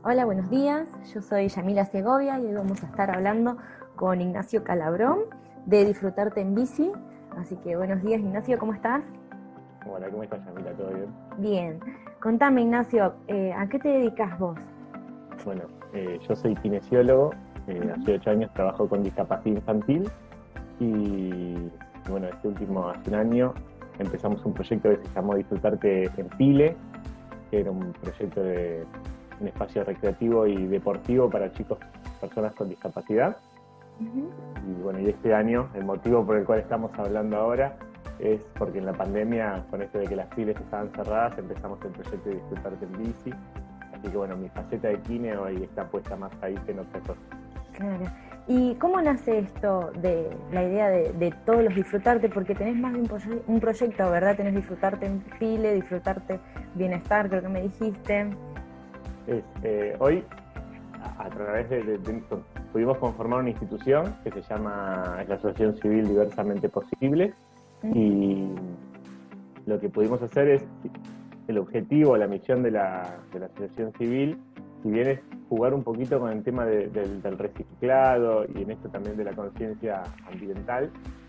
Hola, buenos días. Yo soy Yamila Segovia y hoy vamos a estar hablando con Ignacio Calabrón de Disfrutarte en Bici. Así que buenos días, Ignacio, ¿cómo estás? Hola, ¿cómo estás, Yamila? ¿Todo bien? Bien. Contame, Ignacio, ¿a qué te dedicas vos? Bueno, yo soy kinesiólogo, Ujú. hace 8 años trabajo con discapacidad infantil y bueno, hace un año empezamos un proyecto que se llamó Disfrutarte en Pile, que era un proyecto de un espacio recreativo y deportivo para chicos, personas con discapacidad. Ujú. Y bueno, y este año, el motivo por el cual estamos hablando ahora es porque en la pandemia, con esto de que las piles estaban cerradas, empezamos el proyecto de Disfrutarte en Bici. Así que bueno, mi faceta de kine hoy está puesta más ahí que en otra cosa. Claro. ¿Y cómo nace esto de la idea de todos los disfrutarte? Porque tenés más de un proyecto, ¿verdad? Tenés disfrutarte en Pile, disfrutarte bienestar, creo que me dijiste. Hoy, a través pudimos conformar una institución que se llama, es la Asociación Civil Diversamente Posible, Ujú. y lo que pudimos hacer es, el objetivo, la misión de la Asociación Civil, si bien es jugar un poquito con el tema del reciclado y en esto también de la conciencia ambiental,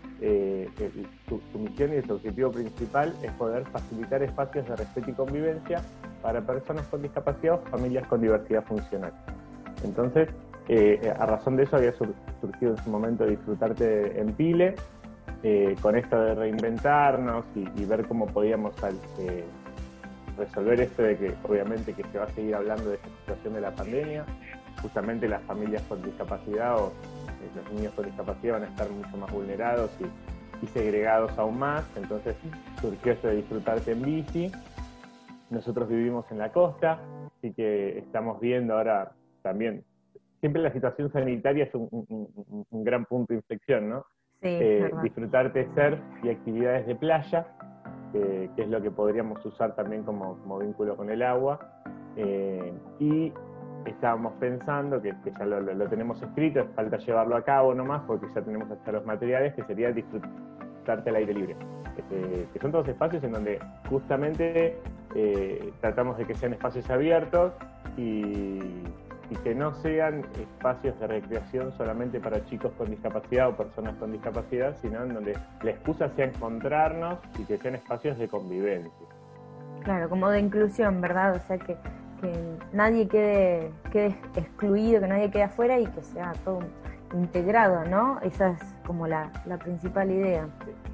su misión y su objetivo principal es poder facilitar espacios de respeto y convivencia para personas con discapacidad o familias con diversidad funcional. Entonces, a razón de eso había surgido en su momento Disfrutarte en Pile, con esto de reinventarnos y ver cómo podíamos resolver esto de que obviamente que se va a seguir hablando de esta situación de la pandemia. Justamente las familias con discapacidad o los niños con discapacidad van a estar mucho más vulnerados y segregados aún más. Entonces surgió esto de Disfrutarte en Bici. Nosotros vivimos en la costa, así que estamos viendo ahora también, siempre la situación sanitaria es un gran punto de inflexión, ¿no? Sí, es verdad. Disfrutarte surf y actividades de playa, que es lo que podríamos usar también como vínculo con el agua. Y estábamos pensando, que ya lo tenemos escrito, es falta llevarlo a cabo nomás, porque ya tenemos hasta los materiales, que sería disfrutarte al aire libre. Que son todos espacios en donde justamente tratamos de que sean espacios abiertos y que no sean espacios de recreación solamente para chicos con discapacidad o personas con discapacidad, sino en donde la excusa sea encontrarnos y que sean espacios de convivencia. Claro, como de inclusión, ¿verdad? O sea, que nadie quede excluido, que nadie quede afuera y que sea todo integrado, ¿no? Esa es como la principal idea.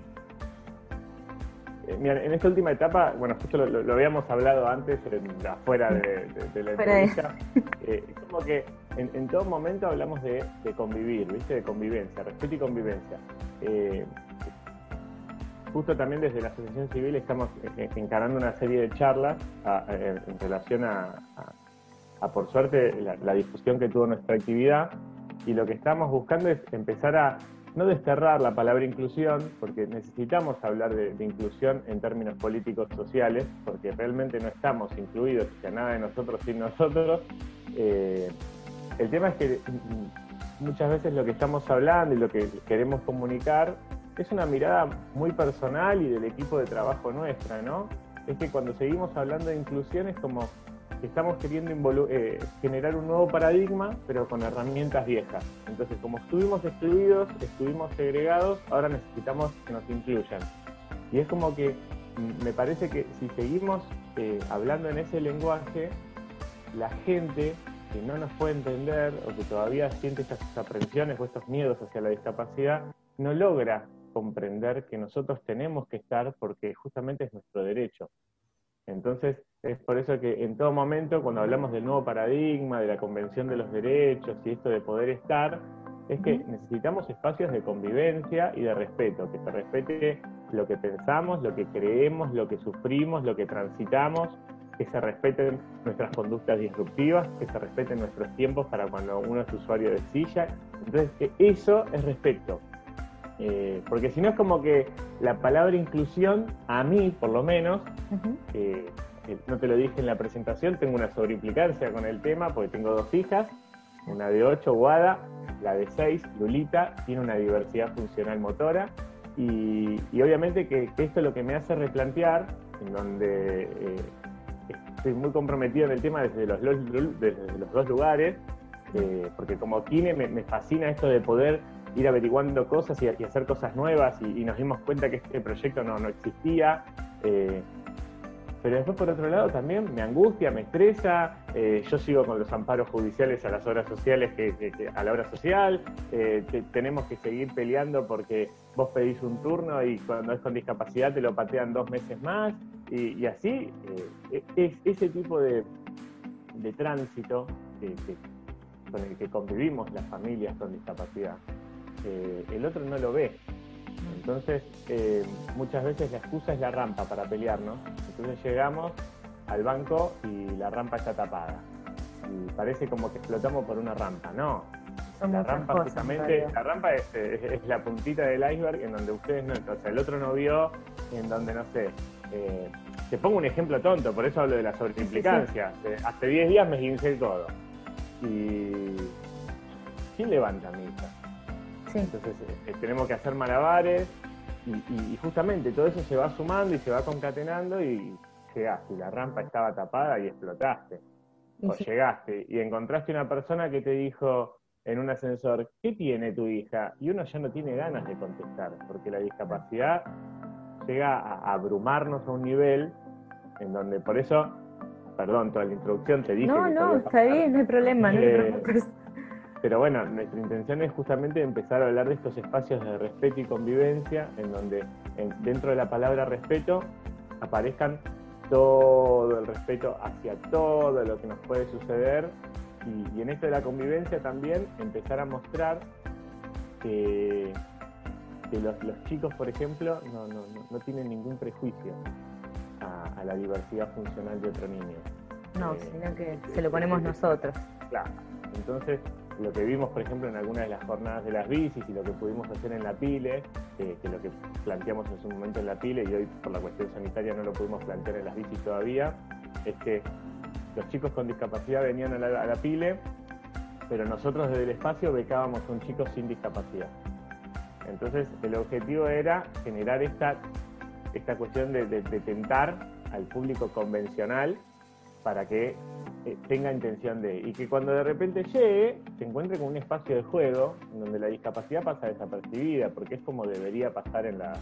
Mira, en esta última etapa, bueno, justo lo habíamos hablado antes, afuera Sí, de la fuera de... entrevista, como que en todo momento hablamos de convivir, ¿viste? De convivencia, respeto y convivencia. Eh, Justo también desde la Asociación Civil estamos encarando una serie de charlas en relación por suerte, la difusión que tuvo nuestra actividad, y lo que estamos buscando es empezar a no desterrar la palabra inclusión, porque necesitamos hablar de inclusión en términos políticos sociales, porque realmente no estamos incluidos, o sea, nada de nosotros sin nosotros. Eh, el tema es que muchas veces lo que estamos hablando y lo que queremos comunicar es una mirada muy personal y del equipo de trabajo nuestra, ¿no? Es que cuando seguimos hablando de inclusión es como que estamos queriendo generar un nuevo paradigma, pero con herramientas viejas. Entonces, como estuvimos excluidos, estuvimos segregados, ahora necesitamos que nos incluyan. Y es como que me parece que si seguimos hablando en ese lenguaje, la gente que no nos puede entender o que todavía siente estas aprensiones o estos miedos hacia la discapacidad, no logra comprender que nosotros tenemos que estar porque justamente es nuestro derecho. Entonces, es por eso que en todo momento, cuando hablamos del nuevo paradigma, de la Convención de los Derechos y esto de poder estar, es que Ujú. necesitamos espacios de convivencia y de respeto, que se respete lo que pensamos, lo que creemos, lo que sufrimos, lo que transitamos, que se respeten nuestras conductas disruptivas, que se respeten nuestros tiempos para cuando uno es usuario de silla. Entonces, eso es respeto. Porque si no es como que la palabra inclusión, a mí por lo menos, Ujú. eh, no te lo dije en la presentación, tengo una sobreimplicancia con el tema porque tengo dos hijas, una de 8, Guada, la de 6, Lulita, tiene una diversidad funcional motora y obviamente que esto es lo que me hace replantear, en donde estoy muy comprometido en el tema desde los dos lugares, porque como kine me fascina esto de poder ir averiguando cosas y hacer cosas nuevas, y nos dimos cuenta que este proyecto no existía. Pero después, por otro lado, también me angustia, me estresa. Yo sigo con los amparos judiciales a las obras sociales, a la obra social. Tenemos que seguir peleando porque vos pedís un turno y cuando es con discapacidad te lo patean 2 meses más. Y así, es ese tipo de tránsito con el que convivimos las familias con discapacidad. El otro no lo ve. Entonces, muchas veces la excusa es la rampa para pelearnos. Entonces llegamos al banco y la rampa está tapada. Y parece como que explotamos por una rampa. No, la rampa justamente, la rampa es la puntita del iceberg en donde ustedes no, o sea, el otro no vio, en donde no sé. Te pongo un ejemplo tonto, por eso hablo de la sobreimplicancia. Sí. Hace 10 días me esguincé el codo. ¿Y quién levanta mi hija? Sí. Entonces tenemos que hacer malabares y justamente todo eso se va sumando y se va concatenando y llegaste y la rampa estaba tapada y explotaste. O llegaste y encontraste una persona que te dijo en un ascensor, ¿qué tiene tu hija? Y uno ya no tiene ganas de contestar, porque la discapacidad llega a abrumarnos a un nivel en donde, por eso, perdón, toda la introducción te dije que no, está bien, no hay problema, no te preocupes. Pero bueno, nuestra intención es justamente empezar a hablar de estos espacios de respeto y convivencia, en donde dentro de la palabra respeto aparezcan todo el respeto hacia todo lo que nos puede suceder, y en esto de la convivencia también empezar a mostrar que los chicos, por ejemplo, no tienen ningún prejuicio a la diversidad funcional de otro niño. No, sino que se lo ponemos nosotros. Claro. Entonces, lo que vimos, por ejemplo, en algunas de las jornadas de las bicis y lo que pudimos hacer en la PILE, que lo que planteamos en su momento en la PILE y hoy por la cuestión sanitaria no lo pudimos plantear en las bicis todavía, es que los chicos con discapacidad venían a la PILE, pero nosotros desde el espacio becábamos a un chico sin discapacidad. Entonces, el objetivo era generar esta cuestión de tentar al público convencional para que tenga intención de, y que cuando de repente llegue se encuentre con un espacio de juego en donde la discapacidad pasa desapercibida, porque es como debería pasar en la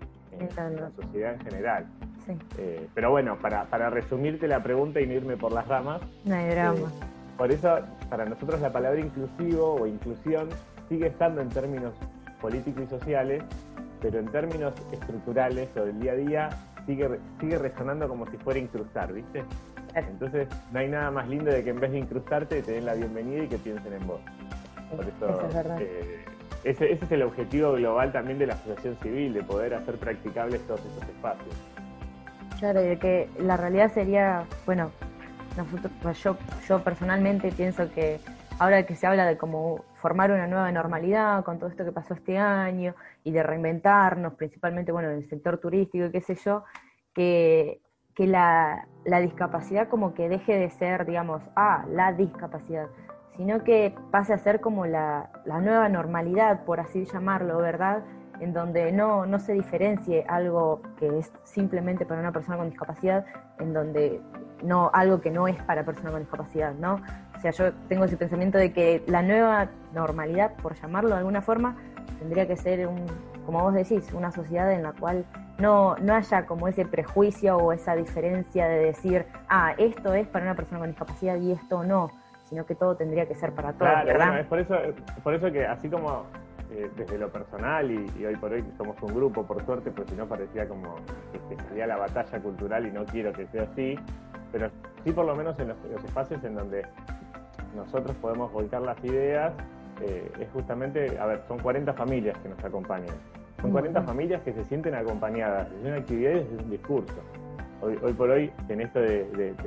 sociedad en general. Sí. Pero bueno, para resumirte la pregunta y no irme por las ramas, no hay drama. Por eso para nosotros la palabra inclusivo o inclusión sigue estando en términos políticos y sociales, pero en términos estructurales o del día a día sigue resonando como si fuera incrustar, ¿viste? Entonces no hay nada más lindo de que en vez de incrustarte te den la bienvenida y que piensen en vos. Por eso, es verdad. Ese es el objetivo global también de la asociación civil, de poder hacer practicables todos estos espacios. Claro, y de que la realidad sería, bueno, nosotros, yo personalmente pienso que ahora que se habla de cómo formar una nueva normalidad con todo esto que pasó este año y de reinventarnos, principalmente bueno en el sector turístico y qué sé yo, que la discapacidad como que deje de ser, digamos, la discapacidad, sino que pase a ser como la nueva normalidad, por así llamarlo, ¿verdad? En donde no se diferencie algo que es simplemente para una persona con discapacidad, en donde algo que no es para persona con discapacidad, ¿no? O sea, yo tengo ese pensamiento de que la nueva normalidad, por llamarlo de alguna forma, tendría que ser, como vos decís, una sociedad en la cual no haya como ese prejuicio o esa diferencia de decir, esto es para una persona con discapacidad y esto no, sino que todo tendría que ser para todos, claro, ¿verdad? Bueno, es por eso que así como desde lo personal y hoy por hoy somos un grupo, por suerte, porque si no parecía como que salía la batalla cultural y no quiero que sea así, pero sí por lo menos en los espacios en donde nosotros podemos volcar las ideas, es justamente, son 40 familias que nos acompañan. Son 40 familias que se sienten acompañadas desde una actividad y desde un discurso. Hoy por hoy, en esto de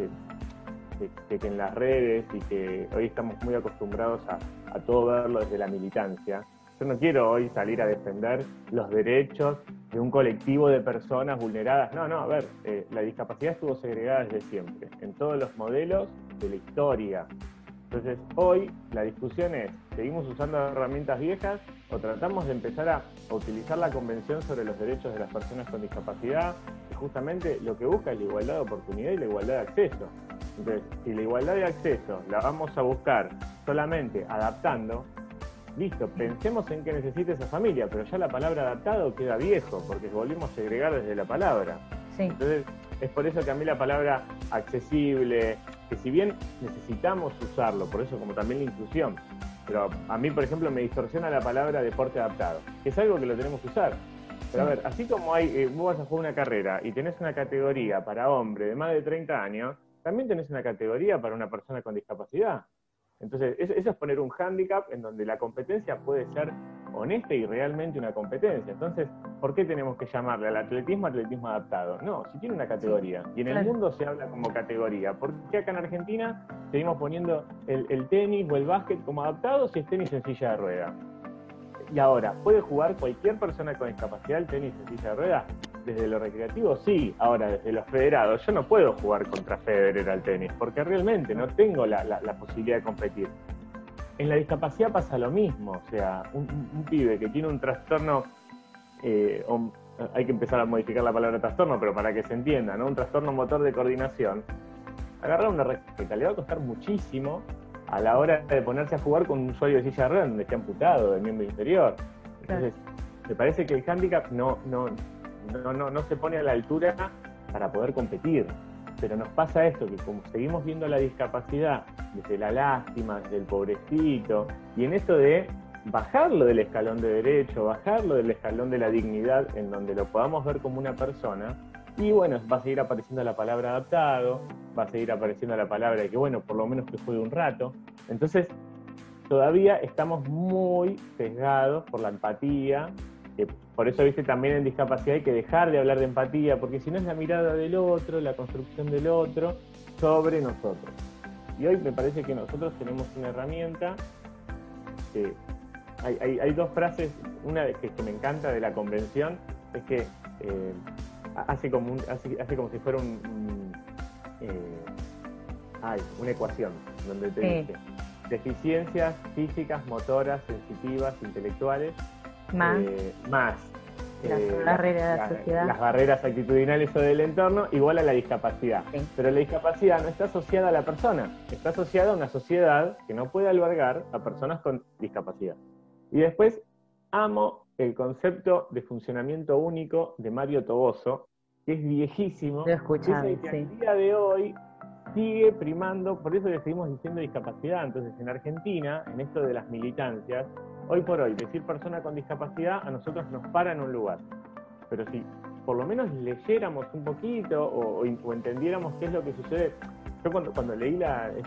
que en las redes y que hoy estamos muy acostumbrados a todo verlo desde la militancia, yo no quiero hoy salir a defender los derechos de un colectivo de personas vulneradas. No, la discapacidad estuvo segregada desde siempre, en todos los modelos de la historia. Entonces, hoy la discusión es, ¿seguimos usando herramientas viejas o tratamos de empezar a utilizar la Convención sobre los Derechos de las Personas con Discapacidad, que justamente lo que busca es la igualdad de oportunidad y la igualdad de acceso. Entonces, si la igualdad de acceso la vamos a buscar solamente adaptando, listo, pensemos en qué necesita esa familia, pero ya la palabra adaptado queda viejo, porque volvimos a segregar desde la palabra. Sí. Entonces, es por eso que a mí la palabra accesible, que si bien necesitamos usarlo, por eso como también la inclusión, pero a mí, por ejemplo, me distorsiona la palabra deporte adaptado, que es algo que lo tenemos que usar. Pero a ver, así como hay, vos vas a jugar una carrera y tenés una categoría para hombre de más de 30 años, también tenés una categoría para una persona con discapacidad. Entonces, eso es poner un hándicap en donde la competencia puede ser honesta y realmente una competencia. Entonces, ¿por qué tenemos que llamarle al atletismo adaptado? No, si tiene una categoría. Y en el mundo se habla como categoría. ¿Por qué acá en Argentina seguimos poniendo el tenis o el básquet como adaptado si es tenis en silla de rueda? Y ahora, ¿puede jugar cualquier persona con discapacidad el tenis en silla de rueda? Desde lo recreativo, sí. Ahora, desde los federados, yo no puedo jugar contra Federer al tenis, porque realmente no tengo la posibilidad de competir. En la discapacidad pasa lo mismo. O sea, un pibe que tiene un trastorno, hay que empezar a modificar la palabra trastorno, pero para que se entienda, ¿no? Un trastorno motor de coordinación, agarrar una raqueta le va a costar muchísimo a la hora de ponerse a jugar con un usuario de silla de ruedas donde esté amputado del miembro inferior. Entonces, me parece que el hándicap no se pone a la altura para poder competir. Pero nos pasa esto, que como seguimos viendo la discapacidad desde la lástima, desde el pobrecito, y en esto de bajarlo del escalón de derecho, bajarlo del escalón de la dignidad, en donde lo podamos ver como una persona, y bueno, va a seguir apareciendo la palabra adaptado, va a seguir apareciendo la palabra de que, bueno, por lo menos que juegue un rato. Entonces, todavía estamos muy sesgados por la empatía, por eso, viste, también en discapacidad hay que dejar de hablar de empatía, porque si no es la mirada del otro, la construcción del otro sobre nosotros. Y hoy me parece que nosotros tenemos una herramienta, hay dos frases, una que me encanta de la convención, es que hace como si fuera una ecuación, donde te dice deficiencias físicas, motoras, sensitivas, intelectuales, más las barreras de la sociedad, las barreras actitudinales o del entorno, igual a la discapacidad. Sí. Pero la discapacidad no está asociada a la persona, está asociada a una sociedad que no puede albergar a personas con discapacidad. Y después amo el concepto de funcionamiento único de Mario Toboso, que es viejísimo, lo he escuchado, que al día de hoy sigue primando, por eso le seguimos diciendo discapacidad. Entonces, en Argentina, en esto de las militancias, hoy por hoy, decir persona con discapacidad a nosotros nos para en un lugar. Pero si por lo menos leyéramos un poquito o entendiéramos qué es lo que sucede. Yo cuando leí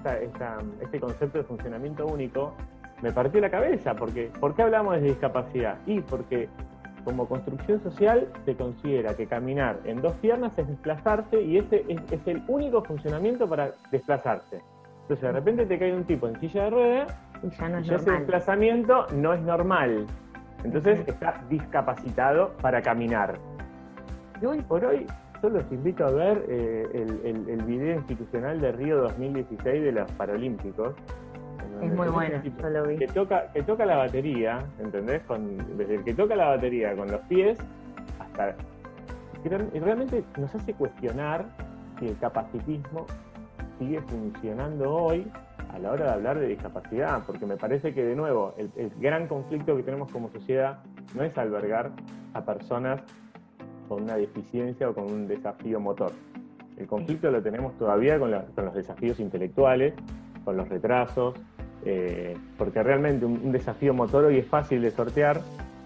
este concepto de funcionamiento único, me partió la cabeza, porque ¿por qué hablamos de discapacidad? Y porque como construcción social se considera que caminar en dos piernas es desplazarse y ese es el único funcionamiento para desplazarse. Entonces de repente te cae un tipo en silla de ruedas y ya no es normal. Ese desplazamiento no es normal. Entonces está discapacitado para caminar. Y hoy por hoy yo los invito a ver el video institucional de Río 2016 de los Paralímpicos. Es muy bueno, yo lo vi. Que toca la batería, ¿entendés? Desde el que toca la batería con los pies hasta... Y realmente nos hace cuestionar si el capacitismo sigue funcionando hoy a la hora de hablar de discapacidad, porque me parece que, de nuevo, el gran conflicto que tenemos como sociedad no es albergar a personas con una deficiencia o con un desafío motor. El conflicto lo tenemos todavía con los desafíos intelectuales, con los retrasos, porque realmente un desafío motor hoy es fácil de sortear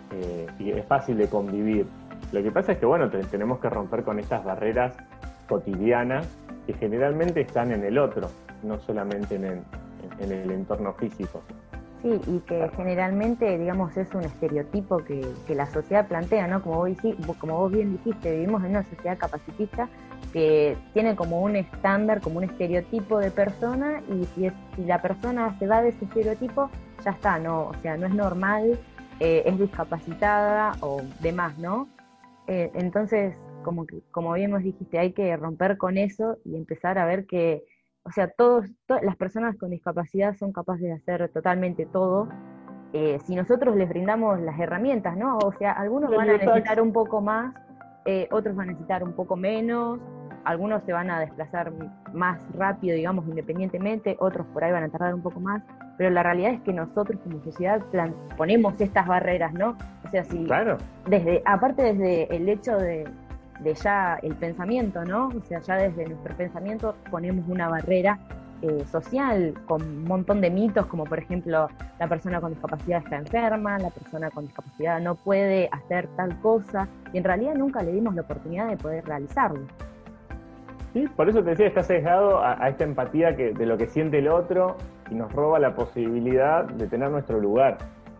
y es fácil de convivir. Lo que pasa es que, bueno, tenemos que romper con estas barreras cotidianas que generalmente están en el otro, no solamente en el entorno físico. Sí, y que generalmente, digamos, es un estereotipo que la sociedad plantea, ¿no? Como vos bien dijiste, vivimos en una sociedad capacitista que tiene como un estándar, como un estereotipo de persona, y si la persona se va de ese estereotipo, ya está, ¿no? O sea, no es normal, es discapacitada o demás, ¿no? Entonces, como bien vos dijiste, hay que romper con eso y empezar a ver que, o sea, todas las personas con discapacidad son capaces de hacer totalmente todo, si nosotros les brindamos las herramientas, ¿no? O sea, algunos van a necesitar un poco más, otros van a necesitar un poco menos, algunos se van a desplazar más rápido, digamos, independientemente, otros por ahí van a tardar un poco más, pero la realidad es que nosotros como sociedad ponemos estas barreras, ¿no? O sea, si Claro. aparte desde el hecho de ya el pensamiento, ¿no? O sea, ya desde nuestro pensamiento ponemos una barrera social con un montón de mitos, como por ejemplo, la persona con discapacidad está enferma, la persona con discapacidad no puede hacer tal cosa, y en realidad nunca le dimos la oportunidad de poder realizarlo. Sí, por eso te decía, está sesgado a esta empatía de lo que siente el otro y nos roba la posibilidad de tener nuestro lugar.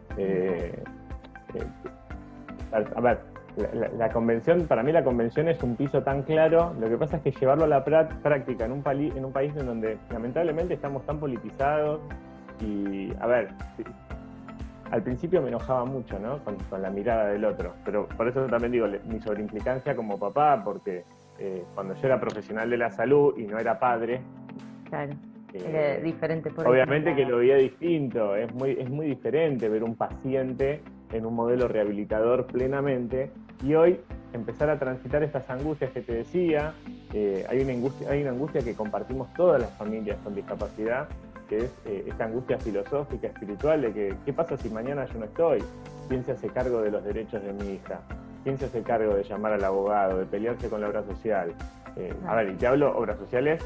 A ver, la convención, para mí la convención es un piso tan claro, lo que pasa es que llevarlo a la práctica en un país en donde lamentablemente estamos tan politizados y, a ver, al principio me enojaba mucho, ¿no? Con la mirada del otro, pero por eso también digo, mi sobreimplicancia como papá, porque cuando yo era profesional de la salud y no era padre, claro, era diferente por obviamente que lo veía distinto, es muy diferente ver un paciente en un modelo rehabilitador plenamente, y hoy empezar a transitar estas angustias que te decía, hay una angustia que compartimos todas las familias con discapacidad, que es esta angustia filosófica, espiritual, de que ¿qué pasa si mañana yo no estoy? ¿Quién se hace cargo de los derechos de mi hija? ¿Quién se hace cargo de llamar al abogado, de pelearse con la obra social? A ver, y te hablo obras sociales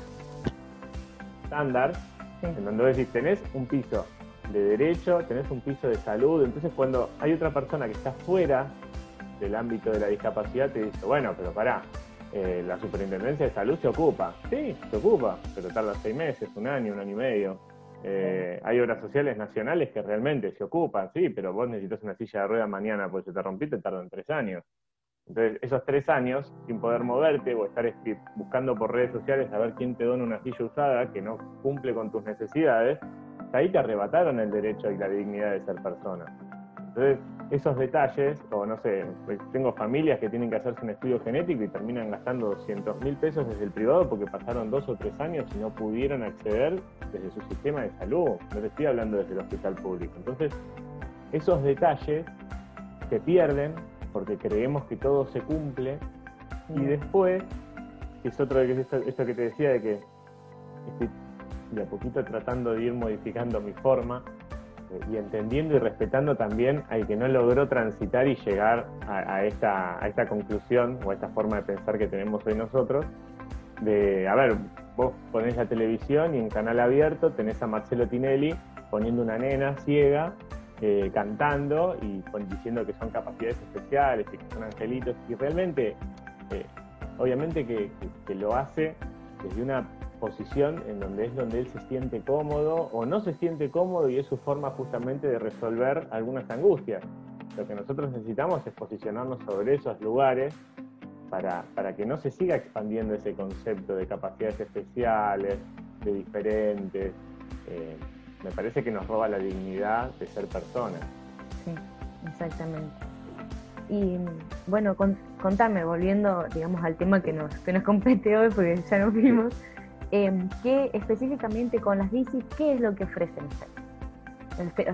estándar, sí, en donde vos decís, tenés un piso de derecho, tenés un piso de salud, entonces cuando hay otra persona que está fuera del ámbito de la discapacidad, te dice, bueno, pero pará, la Superintendencia de Salud se ocupa. Sí, se ocupa, pero tarda 6 meses, un año y medio. Hay obras sociales nacionales que realmente se ocupan, sí, pero vos necesitas una silla de ruedas mañana porque se te rompió, te tardan 3 años. Entonces, esos 3 años, sin poder moverte o estar buscando por redes sociales a ver quién te dona una silla usada que no cumple con tus necesidades, ahí te arrebataron el derecho y la dignidad de ser persona. Entonces, esos detalles, o no sé, tengo familias que tienen que hacerse un estudio genético y terminan gastando 200.000 pesos desde el privado porque pasaron 2 o 3 años y no pudieron acceder desde su sistema de salud. No te estoy hablando desde el hospital público. Entonces, esos detalles se pierden porque creemos que todo se cumple, y después, es otro de esto que te decía, de que estoy de a poquito tratando de ir modificando mi forma y entendiendo y respetando también al que no logró transitar y llegar a esta conclusión o a esta forma de pensar que tenemos hoy nosotros, de, a ver, vos ponés la televisión y en canal abierto tenés a Marcelo Tinelli poniendo una nena ciega, cantando y diciendo que son capacidades especiales y que son angelitos, y realmente, obviamente que lo hace desde una posición en donde él se siente cómodo o no se siente cómodo, y es su forma justamente de resolver algunas angustias. Lo que nosotros necesitamos es posicionarnos sobre esos lugares para que no se siga expandiendo ese concepto de capacidades especiales, de diferentes. Me parece que nos roba la dignidad de ser personas. Sí, exactamente. Y bueno, contame, volviendo, digamos, al tema que nos compete hoy, porque ya nos vimos, ¿qué específicamente con las bicis, qué es lo que ofrecen ustedes?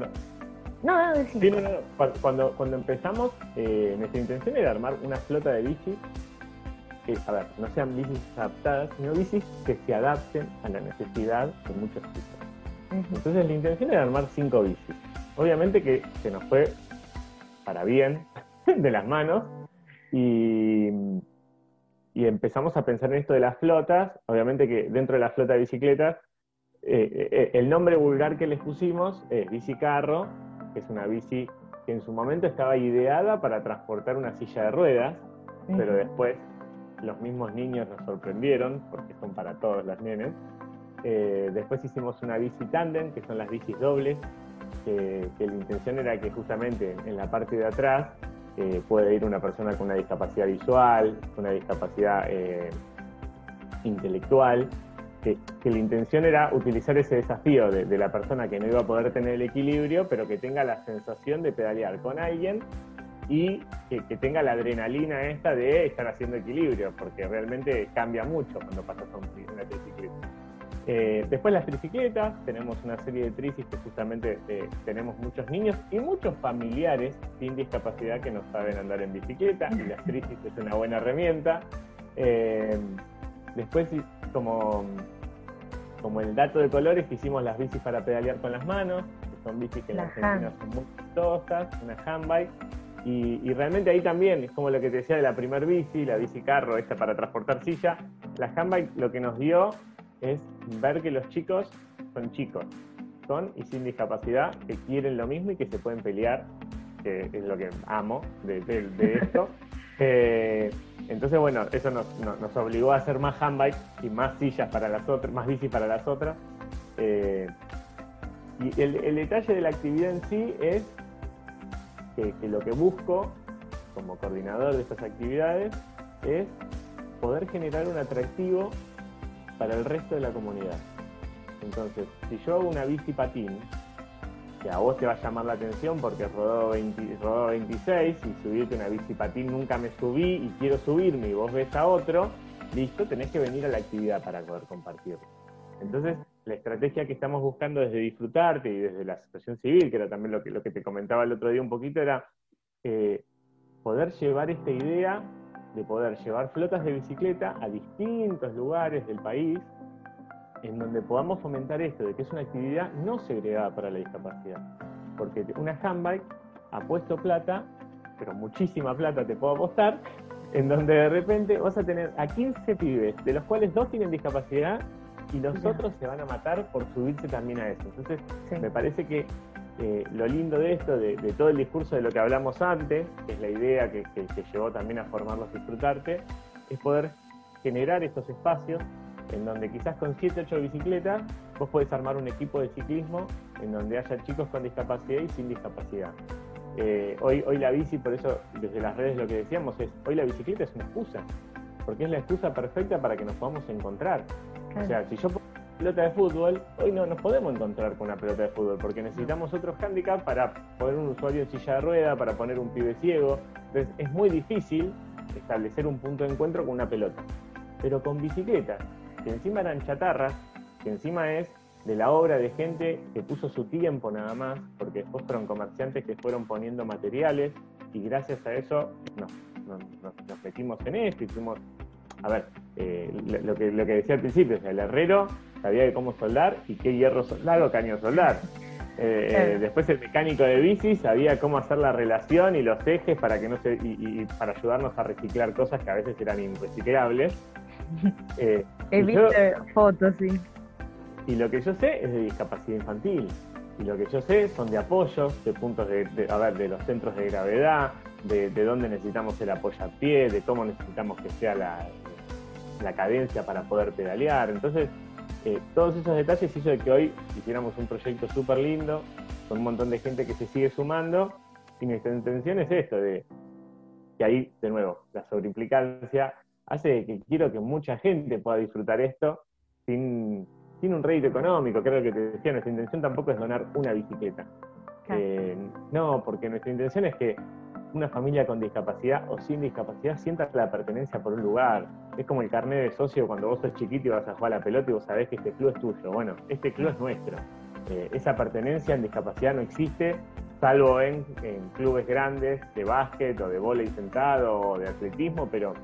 Cuando empezamos, nuestra intención era armar una flota de bicis que, a ver, no sean bicis adaptadas, sino bicis que se adapten a la necesidad de muchos chicos. Entonces la intención era armar 5 bicis. Obviamente que se nos fue para bien de las manos y empezamos a pensar en esto de las flotas. Obviamente que dentro de la flota de bicicletas, el nombre vulgar que les pusimos es bicicarro, que es una bici que en su momento estaba ideada para transportar una silla de ruedas, pero después los mismos niños nos sorprendieron, porque son para todos los nenes. Después hicimos una bici tándem, que son las bicis dobles, que la intención era que justamente en la parte de atrás puede ir una persona con una discapacidad visual, con una discapacidad intelectual, que la intención era utilizar ese desafío de la persona que no iba a poder tener el equilibrio, pero que tenga la sensación de pedalear con alguien y que tenga la adrenalina esta de estar haciendo equilibrio, porque realmente cambia mucho cuando pasas a una bicicleta. Después las tricicletas, tenemos una serie de tricis que justamente tenemos muchos niños y muchos familiares sin discapacidad que no saben andar en bicicleta, y las tricis es una buena herramienta. Después, como el dato de colores, hicimos las bicis para pedalear con las manos, que son bicis que en Argentina son muy costosas, una handbike, y realmente ahí también, es como lo que te decía de la primer bici, la bici carro, esta para transportar silla, la handbike lo que nos dio es ver que los chicos son chicos, son y sin discapacidad, que quieren lo mismo y que se pueden pelear, que es lo que amo de esto. Entonces, bueno, eso nos obligó a hacer más handbike y más sillas para las otras, más bici para las otras. Y el detalle de la actividad en sí es que lo que busco como coordinador de estas actividades es poder generar un atractivo para el resto de la comunidad. Entonces, si yo hago una bici patín, que a vos te va a llamar la atención porque rodó 26 y subirte una bici patín nunca me subí y quiero subirme y vos ves a otro, listo, tenés que venir a la actividad para poder compartirlo. Entonces, la estrategia que estamos buscando desde Disfrutarte y desde la asociación civil, que era también lo que te comentaba el otro día un poquito, era poder llevar esta idea de poder llevar flotas de bicicleta a distintos lugares del país en donde podamos fomentar esto, de que es una actividad no segregada para la discapacidad. Porque una handbike ha puesto plata, pero muchísima plata te puedo apostar, en donde de repente vas a tener a 15 pibes, de los cuales 2 tienen discapacidad, y los otros se van a matar por subirse también a eso. Entonces, me parece que lo lindo de esto, de todo el discurso de lo que hablamos antes, que es la idea que llevó también a formarlos Disfrutarte, es poder generar estos espacios en donde quizás con 7, 8 bicicletas vos podés armar un equipo de ciclismo en donde haya chicos con discapacidad y sin discapacidad. Hoy la bici, por eso desde las redes lo que decíamos es, hoy la bicicleta es una excusa, porque es la excusa perfecta para que nos podamos encontrar. O sea, si yo pongo una pelota de fútbol, hoy no nos podemos encontrar con una pelota de fútbol, porque necesitamos otros handicaps para poner un usuario en silla de rueda, para poner un pibe ciego. Entonces es muy difícil establecer un punto de encuentro con una pelota. Pero con bicicletas, que encima eran chatarras, que encima es de la obra de gente que puso su tiempo nada más, porque después fueron comerciantes que fueron poniendo materiales, y gracias a eso nos metimos en esto y fuimos, a ver, lo que decía al principio, o sea, el herrero sabía de cómo soldar y qué hierro soldar o caño soldar. Después el mecánico de bici sabía cómo hacer la relación y los ejes para que no se y para ayudarnos a reciclar cosas que a veces eran irreciclables. He visto fotos, sí. Y lo que yo sé es de discapacidad infantil. Y lo que yo sé son de apoyos, de puntos de los centros de gravedad, de dónde necesitamos el apoyapié, de cómo necesitamos que sea la cadencia para poder pedalear. Entonces, todos esos detalles hizo de que hoy hiciéramos un proyecto súper lindo, con un montón de gente que se sigue sumando, y nuestra intención es esto, de que ahí, de nuevo, la sobreimplicancia hace que quiero que mucha gente pueda disfrutar esto sin un rédito económico. Creo que te decía, nuestra intención tampoco es donar una bicicleta. No, porque nuestra intención es que una familia con discapacidad o sin discapacidad sienta la pertenencia por un lugar. Es como el carnet de socio cuando vos sos chiquito y vas a jugar a la pelota y vos sabés que este club es tuyo. Bueno, este club es nuestro. Esa pertenencia en discapacidad no existe, salvo en clubes grandes de básquet o de vóley sentado o de atletismo, pero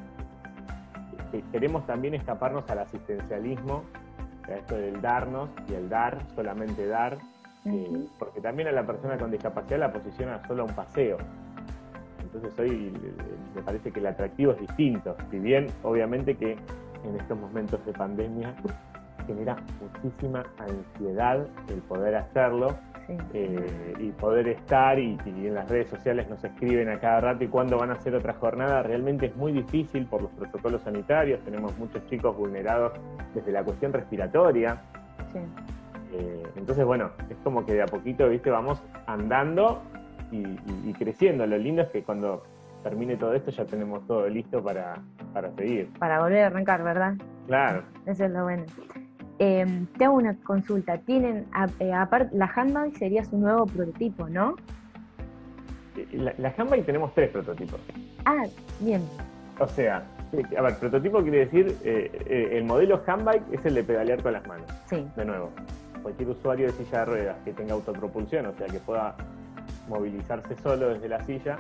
queremos también escaparnos al asistencialismo, a esto del darnos y el dar, solamente dar, porque también a la persona con discapacidad la posiciona solo a un paseo. Entonces hoy me parece que el atractivo es distinto, si bien obviamente que en estos momentos de pandemia genera muchísima ansiedad el poder hacerlo, y poder estar, y en las redes sociales nos escriben a cada rato y cuándo van a hacer otra jornada. Realmente es muy difícil por los protocolos sanitarios, tenemos muchos chicos vulnerados desde la cuestión respiratoria. Entonces, bueno, es como que de a poquito, viste, vamos andando y creciendo. Lo lindo es que cuando termine todo esto ya tenemos todo listo para seguir. Para volver a arrancar, ¿verdad? Claro. Eso es lo bueno. Te hago una consulta. Tienen, aparte, la handbike sería su nuevo prototipo, ¿no? La handbike tenemos 3 prototipos. Ah, bien. O sea, A ver, prototipo quiere decir, el modelo handbike es el de pedalear con las manos. Sí. De nuevo, cualquier usuario de silla de ruedas que tenga autopropulsión, o sea, que pueda movilizarse solo desde la silla,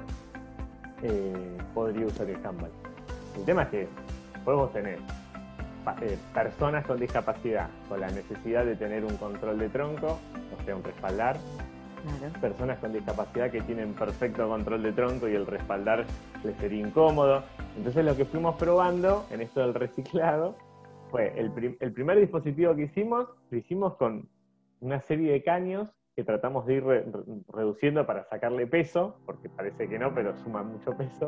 podría usar el handbike. El tema es que después vos tenés personas con discapacidad, con la necesidad de tener un control de tronco, o sea, un respaldar. Claro. Personas con discapacidad que tienen perfecto control de tronco y el respaldar les sería incómodo. Entonces lo que fuimos probando en esto del reciclado fue el primer dispositivo que hicimos, lo hicimos con una serie de caños que tratamos de ir reduciendo para sacarle peso, porque parece que no, pero suma mucho peso,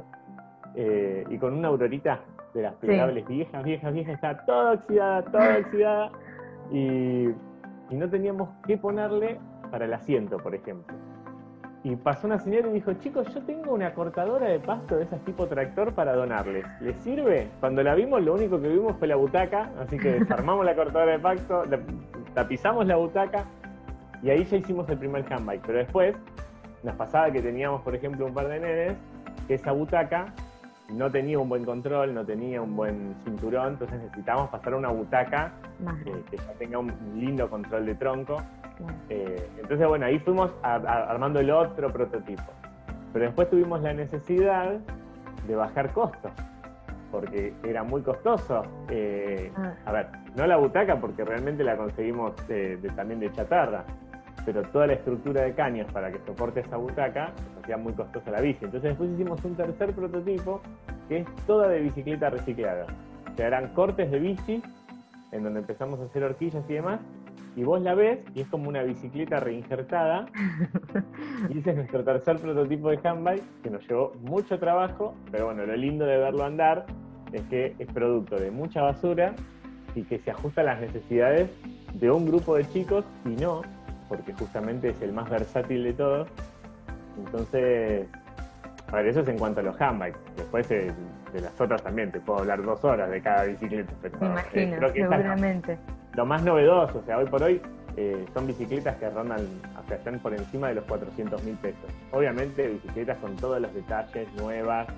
y con una aurorita de las plegables viejas, está toda oxidada, y no teníamos qué ponerle para el asiento, por ejemplo. Y pasó una señora y dijo, chicos, yo tengo una cortadora de pasto de esas tipo tractor para donarles. ¿Les sirve? Cuando la vimos, lo único que vimos fue la butaca, así que desarmamos la cortadora de pasto, tapizamos la butaca, y ahí ya hicimos el primer handbike. Pero después, nos pasaba que teníamos, por ejemplo, un par de nenes, que esa butaca no tenía un buen control, no tenía un buen cinturón, entonces necesitábamos pasar a una butaca que ya tenga un lindo control de tronco. Entonces, bueno, ahí fuimos armando el otro prototipo. Pero después tuvimos la necesidad de bajar costos, porque era muy costoso. A ver, no la butaca, porque realmente la conseguimos también de chatarra, pero toda la estructura de caños para que soporte esa butaca nos hacía muy costosa la bici. Entonces después hicimos un tercer prototipo que es toda de bicicleta reciclada. O sea, eran cortes de bici en donde empezamos a hacer horquillas y demás, y vos la ves y es como una bicicleta reinjertada. Y ese es nuestro tercer prototipo de handbike, que nos llevó mucho trabajo, pero bueno, lo lindo de verlo andar es que es producto de mucha basura y que se ajusta a las necesidades de un grupo de chicos, y no, porque justamente es el más versátil de todos. Entonces, a ver, eso es en cuanto a los handbikes. Después de las otras también te puedo hablar 2 horas de cada bicicleta. Pero, me imagino, creo que seguramente. Lo más novedoso, o sea, hoy por hoy son bicicletas que rondan, o sea, están por encima de los 400.000 pesos. Obviamente bicicletas con todos los detalles, nuevas,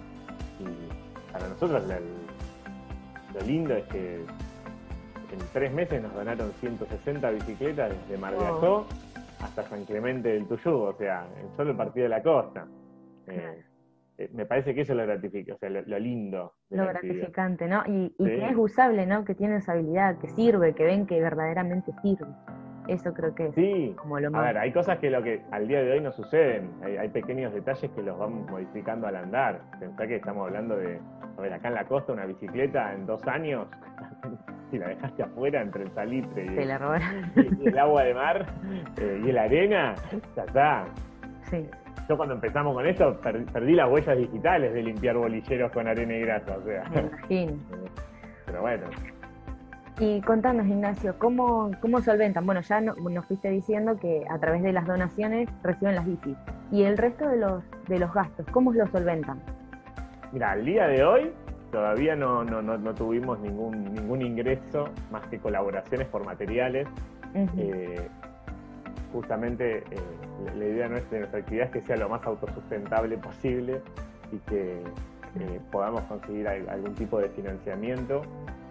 y para nosotros lo lindo es que en 3 meses nos donaron 160 bicicletas desde Mar de Ajó hasta San Clemente del Tuyú, o sea, en solo el partido de la costa. Me parece que eso es lo gratificante, o sea, lo lindo de lo la gratificante, ¿no? Y sí, que es usable, ¿no? Que tiene esa habilidad, que sirve, que ven que verdaderamente sirve. Eso creo que es sí, como lo más... A ver, hay cosas que al día de hoy no suceden, hay pequeños detalles que los vamos modificando al andar. Pensá que estamos hablando de, a ver, acá en la costa una bicicleta en 2 años, si la dejaste afuera entre el salitre y el agua de mar y la arena, ya está. Sí. Yo cuando empezamos con esto perdí las huellas digitales de limpiar bolilleros con arena y grasa, o sea. Me imagino. Pero bueno. Y contanos, Ignacio, ¿cómo solventan? Bueno, ya nos fuiste diciendo que a través de las donaciones reciben las bicis. ¿Y el resto de los gastos, cómo lo solventan? Mira, al día de hoy todavía no tuvimos ningún ingreso más que colaboraciones por materiales. Justamente la idea de nuestra actividad es que sea lo más autosustentable posible y que podamos conseguir algún tipo de financiamiento.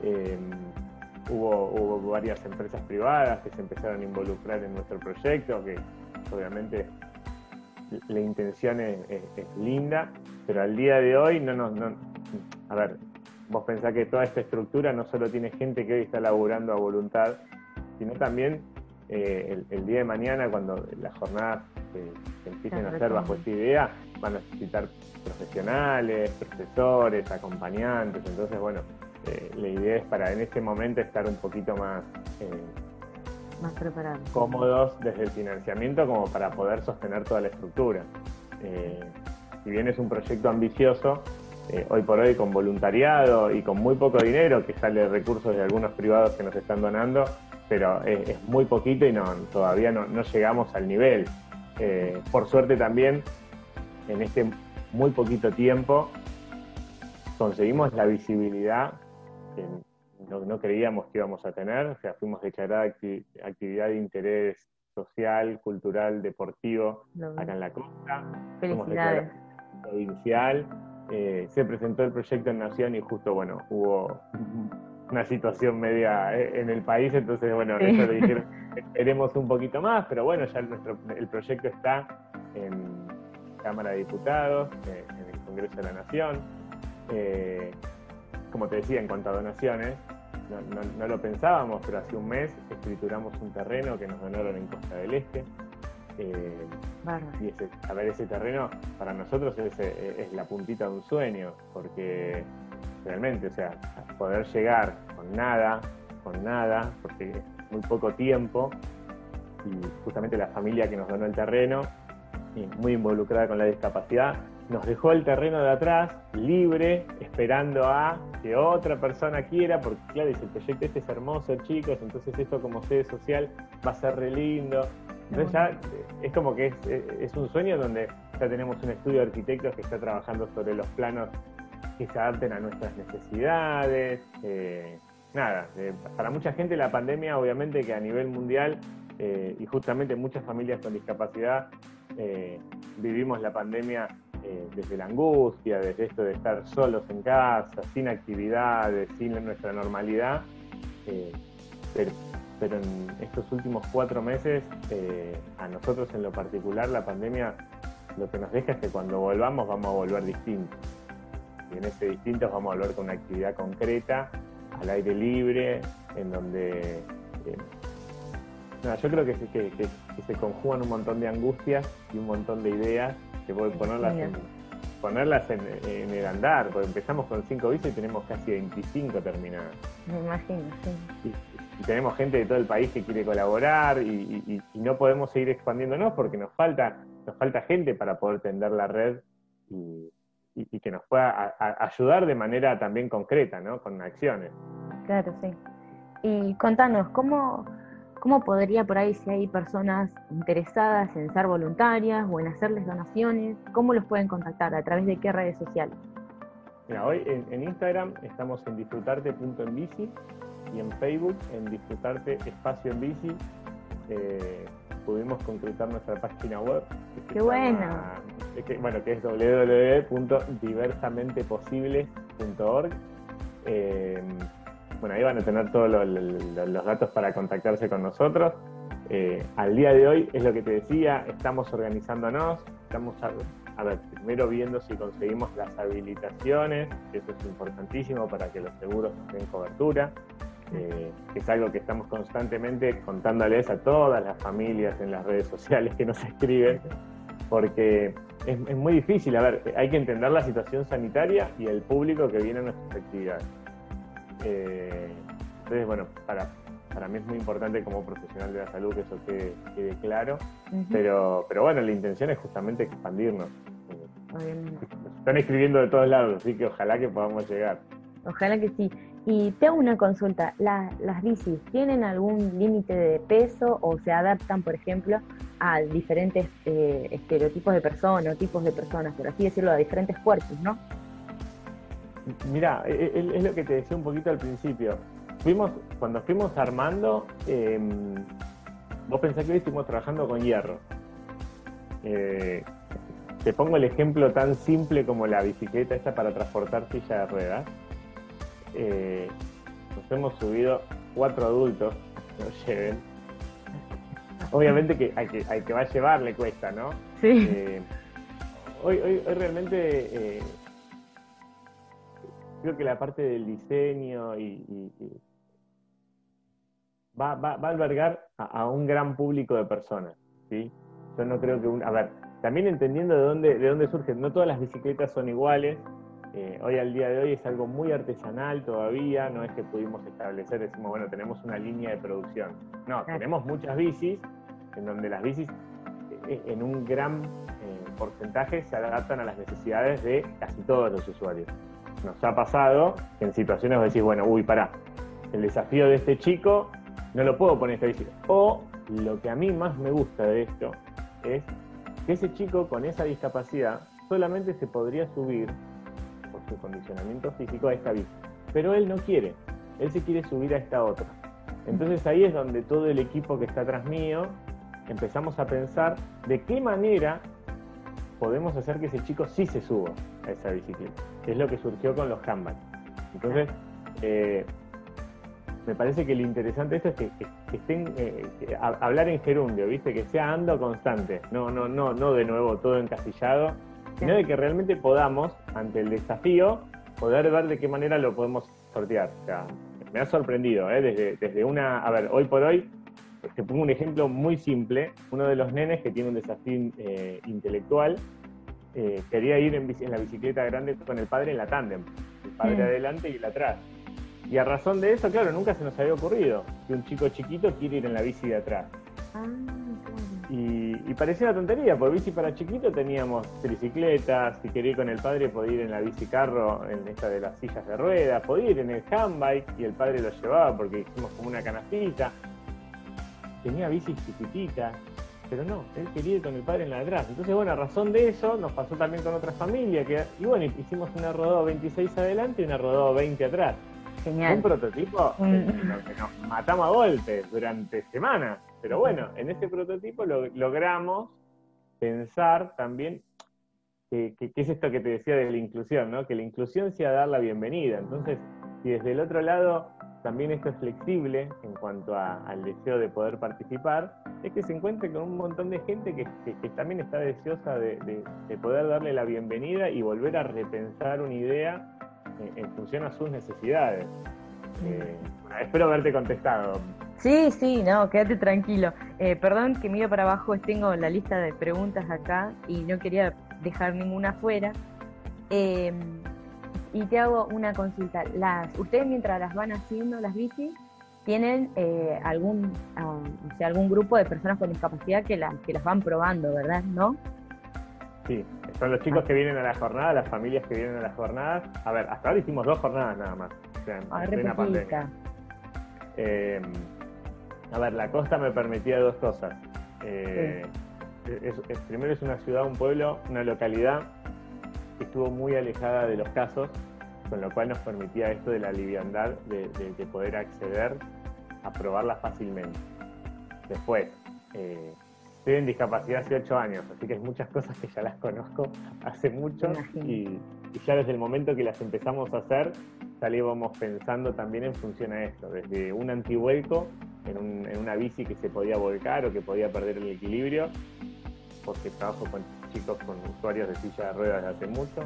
Hubo varias empresas privadas que se empezaron a involucrar en nuestro proyecto, que obviamente la intención es linda, pero al día de hoy a ver, vos pensás que toda esta estructura no solo tiene gente que hoy está laburando a voluntad, sino también el día de mañana, cuando las jornadas se empiecen a hacer bajo esta idea, van a necesitar profesionales, profesores, acompañantes. Entonces, bueno, la idea es para en este momento estar un poquito más preparados, cómodos desde el financiamiento, como para poder sostener toda la estructura. Si bien es un proyecto ambicioso, hoy por hoy con voluntariado y con muy poco dinero, que sale de recursos de algunos privados que nos están donando, pero es muy poquito y todavía no llegamos al nivel. Por suerte también, en este muy poquito tiempo, conseguimos la visibilidad que no creíamos que íbamos a tener. O sea, fuimos declarada actividad de interés social, cultural, deportivo acá en la costa. Felicidades. Fuimos declarados provincial. se presentó el proyecto en Nación y justo, bueno, hubo una situación media en el país, entonces, bueno, Sí. ellos le dijeron, esperemos un poquito más, pero bueno, ya el proyecto está en Cámara de Diputados, en el Congreso de la Nación. Como te decía, en cuanto a donaciones, no lo pensábamos, pero hace un mes escrituramos un terreno que nos donaron en Costa del Este. Y ese terreno para nosotros es la puntita de un sueño, porque realmente, o sea, poder llegar con nada, porque es muy poco tiempo, y justamente la familia que nos donó el terreno, y muy involucrada con la discapacidad, nos dejó el terreno de atrás, libre, esperando a que otra persona quiera, porque claro, dice, el proyecto este es hermoso, chicos, entonces esto como sede social va a ser re lindo. Entonces ya es como que es un sueño donde ya tenemos un estudio de arquitectos que está trabajando sobre los planos que se adapten a nuestras necesidades. Para mucha gente la pandemia, obviamente que a nivel mundial, y justamente muchas familias con discapacidad, vivimos la pandemia desde la angustia, desde esto de estar solos en casa, sin actividades, sin nuestra normalidad, pero en estos últimos 4 meses, a nosotros en lo particular, la pandemia lo que nos deja es que cuando volvamos vamos a volver distintos. Y en ese distintos vamos a volver con una actividad concreta, al aire libre, en donde... yo creo que se conjugan un montón de angustias y un montón de ideas que voy a ponerlas en el andar, porque empezamos con 5 bicis y tenemos casi 25 terminadas. Me imagino, sí. Y tenemos gente de todo el país que quiere colaborar y no podemos seguir expandiéndonos porque nos falta gente para poder tender la red y que nos pueda ayudar de manera también concreta, ¿no? Con acciones. Claro, sí. Y contanos, ¿cómo podría por ahí, si hay personas interesadas en ser voluntarias o en hacerles donaciones, cómo los pueden contactar? ¿A través de qué redes sociales? Mira, hoy en Instagram estamos en disfrutarte.enbici y en Facebook en Disfrutarte Espacio en Bici. Pudimos concretar nuestra página web. ¡Qué bueno! Que es www.diversamenteposibles.org. Ahí van a tener todos los datos para contactarse con nosotros. Al día de hoy, es lo que te decía, estamos organizándonos, estamos primero viendo si conseguimos las habilitaciones, eso es importantísimo para que los seguros nos den cobertura, que es algo que estamos constantemente contándoles a todas las familias en las redes sociales que nos escriben, porque es muy difícil, hay que entender la situación sanitaria y el público que viene a nuestras actividades. Entonces, para mí es muy importante como profesional de la salud que eso quede claro, pero bueno, la intención es justamente expandirnos. Nos están escribiendo de todos lados, así que ojalá que podamos llegar. Ojalá que sí. Y te hago una consulta, ¿las bicis tienen algún límite de peso o se adaptan, por ejemplo, a diferentes estereotipos de personas o tipos de personas, por así decirlo, a diferentes cuerpos, ¿no? Mirá, es lo que te decía un poquito al principio. Cuando fuimos armando, vos pensás que hoy estuvimos trabajando con hierro. Te pongo el ejemplo tan simple como la bicicleta esta para transportar silla de ruedas. Nos hemos subido 4 adultos que nos lleven. Obviamente que al que va a llevar le cuesta, ¿no? Sí. Hoy realmente... creo que la parte del diseño va a albergar a un gran público de personas, ¿sí? Yo no creo que también entendiendo de dónde surgen, no todas las bicicletas son iguales. Hoy al día de hoy es algo muy artesanal todavía, no es que pudimos establecer, decimos, bueno, tenemos una línea de producción. No, tenemos muchas bicis, en donde las bicis en un gran porcentaje se adaptan a las necesidades de casi todos los usuarios. Nos ha pasado que en situaciones vos decís, bueno, pará, el desafío de este chico no lo puedo poner esta bici. O lo que a mí más me gusta de esto es que ese chico con esa discapacidad solamente se podría subir por su condicionamiento físico a esta bici. Pero él no quiere, él se quiere subir a esta otra. Entonces ahí es donde todo el equipo que está atrás mío empezamos a pensar de qué manera podemos hacer que ese chico sí se suba a esa bicicleta. Es lo que surgió con los handbike. Entonces, me parece que lo interesante de esto es que estén, hablar en gerundio, ¿viste? Que sea ando constante, no de nuevo todo encasillado, sino de que realmente podamos, ante el desafío, poder ver de qué manera lo podemos sortear. O sea, me ha sorprendido, desde una... A ver, hoy por hoy, te pongo un ejemplo muy simple. Uno de los nenes que tiene un desafío intelectual, quería ir en la bicicleta grande con el padre en la tándem, el padre adelante y el atrás. Y a razón de eso, claro, nunca se nos había ocurrido que un chico chiquito quiere ir en la bici de atrás. Y parecía una tontería, porque bici para chiquito teníamos tricicletas, si quería ir con el padre podía ir en la bici carro, en esta de las sillas de ruedas, podía ir en el handbike y el padre lo llevaba porque hicimos como una canastita. Tenía bicis chiquititas, pero no, él quería ir con el padre en la de atrás. Entonces, bueno, a razón de eso, nos pasó también con otra familia, y bueno, hicimos una rodada 26 adelante y una rodada 20 atrás. Genial. Un prototipo en lo que nos matamos a golpes durante semanas. Pero bueno, en ese prototipo logramos pensar también que es esto que te decía de la inclusión, ¿no? Que la inclusión sea dar la bienvenida. Entonces, si desde el otro lado también esto es flexible en cuanto al deseo de poder participar, es que se encuentre con un montón de gente que también está deseosa de poder darle la bienvenida y volver a repensar una idea en función a sus necesidades. Espero haberte contestado. Sí, no, quédate tranquilo. Perdón que miro para abajo, tengo la lista de preguntas acá y no quería dejar ninguna fuera. Y te hago una consulta. Ustedes mientras las van haciendo, las bicis, tienen algún grupo de personas con discapacidad que las van probando, ¿verdad? ¿No? Sí, son los chicos que vienen a la jornada, las familias que vienen a las jornadas. A ver, hasta ahora hicimos 2 jornadas nada más, o sea, en plena pandemia. A ver, la costa me permitía 2 cosas. Primero es una ciudad, un pueblo, una localidad que estuvo muy alejada de los casos, con lo cual nos permitía esto de la liviandad de poder acceder a probarla fácilmente. Después, estoy en discapacidad hace 8 años, así que hay muchas cosas que ya las conozco hace mucho y ya desde el momento que las empezamos a hacer, ya le íbamos pensando también en función a esto, desde un antivuelco en una bici que se podía volcar o que podía perder el equilibrio, porque trabajo con chicos con usuarios de silla de ruedas desde hace mucho.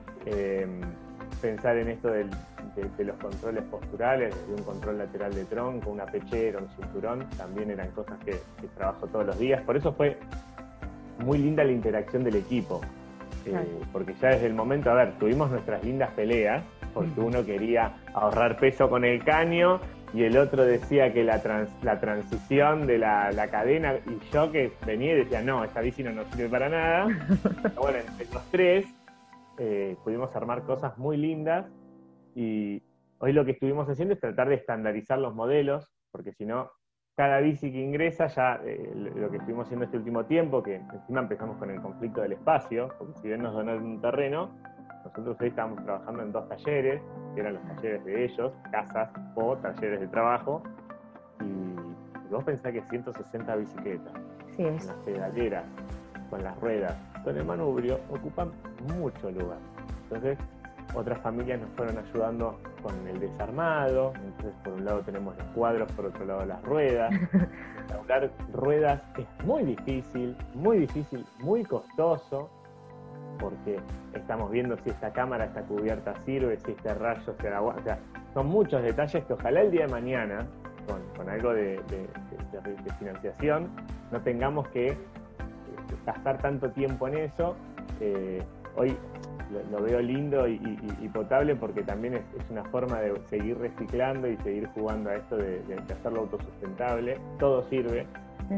Pensar en esto de los controles posturales, desde un control lateral de tronco, una pechera, un cinturón, también eran cosas que trabajo todos los días. Por eso fue muy linda la interacción del equipo, porque ya desde el momento, a ver, tuvimos nuestras lindas peleas, porque uno quería ahorrar peso con el caño y el otro decía que la transición de la cadena, y yo que venía y decía, no, esta bici no nos sirve para nada. Pero bueno, entre los tres pudimos armar cosas muy lindas y hoy lo que estuvimos haciendo es tratar de estandarizar los modelos, porque si no, cada bici que ingresa ya, lo que estuvimos haciendo este último tiempo, que encima empezamos con el conflicto del espacio, porque si bien nos donaron un terreno, nosotros hoy estábamos trabajando en 2 talleres, que eran los talleres de ellos, casas o talleres de trabajo, y vos pensás que 160 bicicletas, con las pedaleras, con las ruedas, con el manubrio, ocupan mucho lugar. Entonces, otras familias nos fueron ayudando con el desarmado, entonces por un lado tenemos los cuadros, por otro lado las ruedas. Instaurar ruedas es muy difícil, muy costoso, porque estamos viendo si esta cámara, esta cubierta sirve, si este rayo se aguanta. O sea, son muchos detalles que ojalá el día de mañana, con algo de financiación, no tengamos que gastar tanto tiempo en eso. Hoy lo veo lindo y potable porque también es una forma de seguir reciclando y seguir jugando a esto de hacerlo autosustentable. Todo sirve.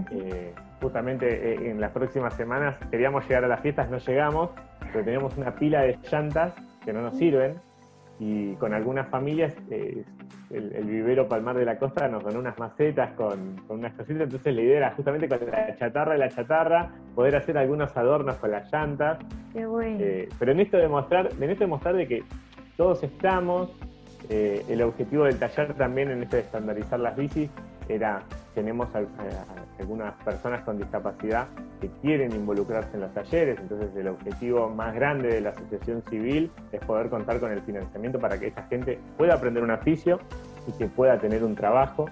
Justamente en las próximas semanas queríamos llegar a las fiestas, no llegamos, pero teníamos una pila de llantas que no nos sirven y con algunas familias el vivero Palmar de la Costa nos donó unas macetas con unas cositas, entonces la idea era justamente con la chatarra poder hacer algunos adornos con las llantas. Qué bueno. Pero en esto de mostrar de que todos estamos, el objetivo del taller también en esto de estandarizar las bicis tenemos algunas personas con discapacidad que quieren involucrarse en los talleres, entonces el objetivo más grande de la asociación civil es poder contar con el financiamiento para que esta gente pueda aprender un oficio y que pueda tener un trabajo,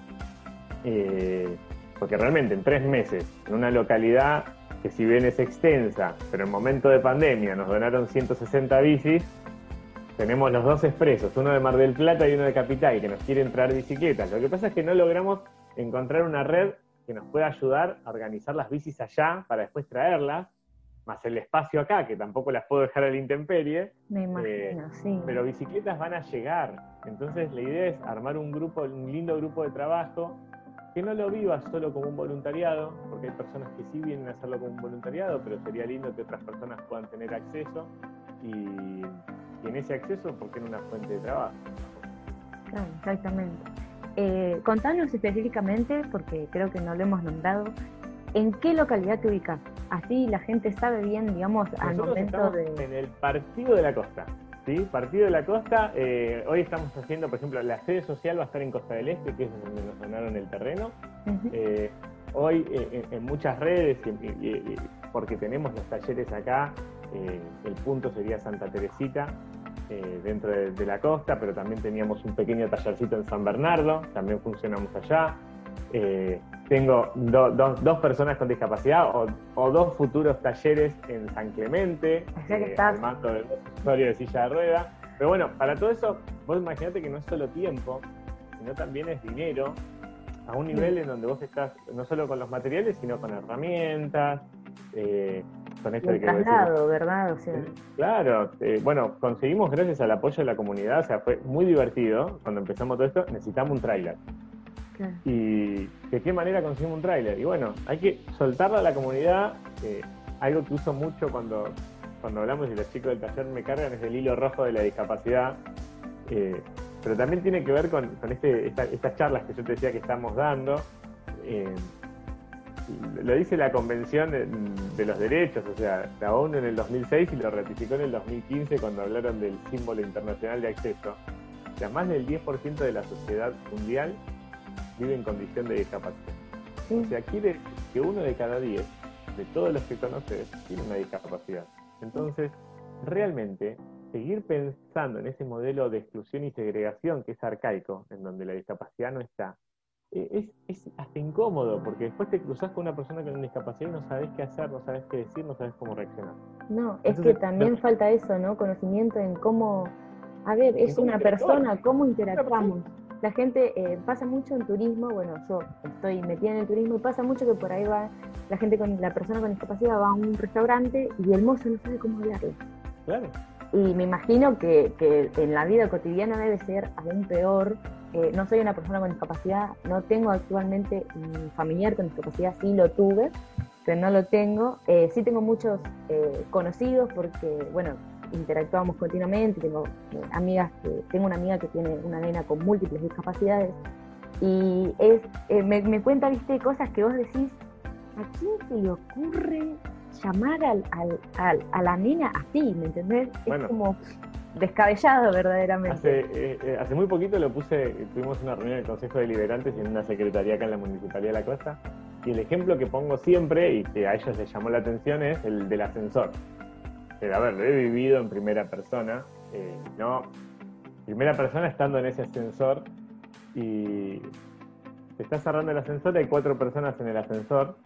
porque realmente en 3 meses, en una localidad que si bien es extensa, pero en momento de pandemia nos donaron 160 bicis, tenemos los 2 expresos, uno de Mar del Plata y uno de Capital, que nos quieren traer bicicletas. Lo que pasa es que no logramos encontrar una red que nos pueda ayudar a organizar las bicis allá para después traerlas, más el espacio acá, que tampoco las puedo dejar a la intemperie. Me imagino, sí. Pero bicicletas van a llegar. Entonces la idea es armar un lindo grupo de trabajo, que no lo vivas solo como un voluntariado, porque hay personas que sí vienen a hacerlo como un voluntariado, pero sería lindo que otras personas puedan tener acceso y en ese acceso, ¿por qué no una fuente de trabajo? Claro, exactamente. Contanos específicamente, porque creo que no lo hemos nombrado, ¿en qué localidad te ubicas? Así la gente sabe bien, digamos, al momento de... En el Partido de la Costa, ¿sí? Partido de la Costa, hoy estamos haciendo, por ejemplo, la sede social va a estar en Costa del Este, que es donde nos donaron el terreno. Hoy en muchas redes, porque tenemos los talleres acá, el punto sería Santa Teresita, dentro de la costa, pero también teníamos un pequeño tallercito en San Bernardo, también funcionamos allá. Tengo dos personas con discapacidad o 2 futuros talleres en San Clemente, al mando del usuario de silla de rueda. Pero bueno, para todo eso, vos imaginate que no es solo tiempo, sino también es dinero, a un nivel en donde vos estás no solo con los materiales, sino con herramientas, con esto el traslado, ¿verdad? O sea... Claro, bueno, conseguimos gracias al apoyo de la comunidad, o sea, fue muy divertido cuando empezamos todo esto, necesitamos un tráiler. Claro. ¿Y de qué manera conseguimos un tráiler? Y bueno, hay que soltarlo a la comunidad, algo que uso mucho cuando hablamos y los chicos del taller me cargan es el hilo rojo de la discapacidad, pero también tiene que ver con estas charlas que yo te decía que estamos dando. Lo dice la Convención de los Derechos, o sea, la ONU en el 2006 y lo ratificó en el 2015 cuando hablaron del símbolo internacional de acceso. O sea, más del 10% de la sociedad mundial vive en condición de discapacidad. Sí. O sea, quiere que 1 de cada 10 de todos los que conoces tiene una discapacidad. Entonces, realmente, seguir pensando en ese modelo de exclusión y segregación que es arcaico, en donde la discapacidad no está, es hasta incómodo, porque después te cruzás con una persona con discapacidad y no sabes qué hacer, no sabes qué decir, no sabes cómo reaccionar. No, es que también falta eso, ¿no? Conocimiento en cómo, a ver, es una persona, cómo interactuamos. La gente pasa mucho en turismo, bueno, yo estoy metida en el turismo y pasa mucho que por ahí va la persona con discapacidad va a un restaurante y el mozo no sabe cómo hablarle. Claro. Y me imagino que en la vida cotidiana debe ser aún peor. No soy una persona con discapacidad, no tengo actualmente un familiar con discapacidad, sí lo tuve, pero no lo tengo. Sí tengo muchos conocidos porque, bueno, interactuamos continuamente, tengo una amiga que tiene una nena con múltiples discapacidades y me cuenta, viste, cosas que vos decís, ¿a quién se le ocurre llamar a la nena así? ¿Me entendés? Bueno, es como descabellado verdaderamente. Hace muy poquito tuvimos una reunión del Consejo de Deliberantes en una secretaría acá en la Municipalidad de La Costa, y el ejemplo que pongo siempre, y que a ellos les llamó la atención, es el del ascensor. A ver, lo he vivido en primera persona, primera persona estando en ese ascensor, y se está cerrando el ascensor, hay 4 personas en el ascensor,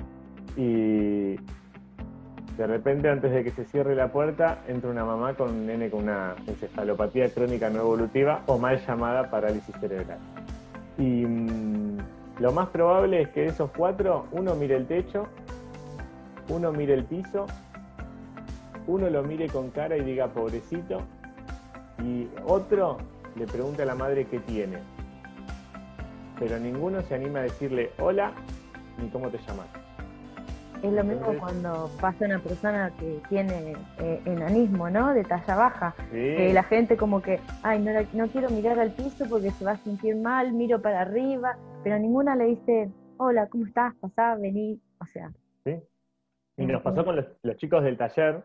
y de repente, antes de que se cierre la puerta, entra una mamá con un nene con una encefalopatía crónica no evolutiva o mal llamada parálisis cerebral. Y lo más probable es que de esos 4, uno mire el techo, uno mire el piso, uno lo mire con cara y diga pobrecito, y otro le pregunta a la madre qué tiene. Pero ninguno se anima a decirle hola ni cómo te llamas. Es lo mismo cuando pasa una persona que tiene enanismo, ¿no? De talla baja. Sí. La gente como que, ay, no quiero mirar al piso porque se va a sentir mal, miro para arriba, pero ninguna le dice, hola, ¿cómo estás? Pasá, vení, o sea. Sí. Y nos pasó con los chicos del taller,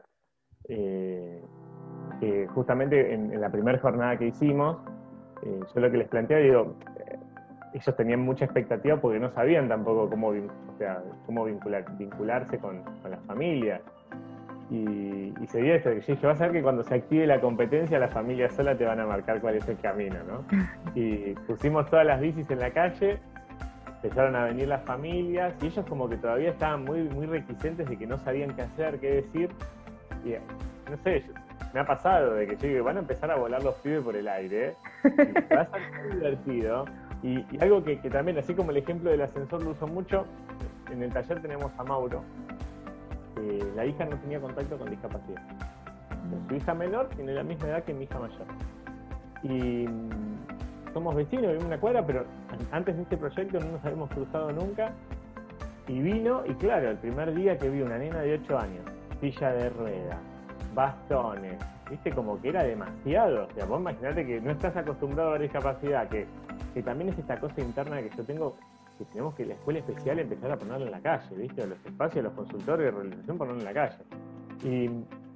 que justamente en la primera jornada que hicimos, yo lo que les planteé, digo, ellos tenían mucha expectativa porque no sabían tampoco cómo vincularse con las familias. Y se dio esto, que yo dije, vas a ver que cuando se active la competencia, las familias sola te van a marcar cuál es el camino, ¿no? Y pusimos todas las bicis en la calle, empezaron a venir las familias, y ellos como que todavía estaban muy, muy reticentes de que no sabían qué hacer, qué decir. Y no sé, me ha pasado de que yo digo, van a empezar a volar los pibes por el aire, y va a ser muy divertido. Y algo que también, así como el ejemplo del ascensor lo uso mucho, en el taller tenemos a Mauro. La hija no tenía contacto con discapacidad. Su hija menor tiene la misma edad que mi hija mayor. Y somos vecinos, vivimos en una cuadra, pero antes de este proyecto no nos habíamos cruzado nunca. Y vino, y claro, el primer día que vi una nena de 8 años, silla de ruedas, bastones, viste, como que era demasiado. O sea, vos imaginate que no estás acostumbrado a ver discapacidad, que también es esta cosa interna que yo tengo, que tenemos que la escuela especial empezar a ponerla en la calle, ¿viste? Los espacios, los consultorios de realización, ponerla en la calle. Y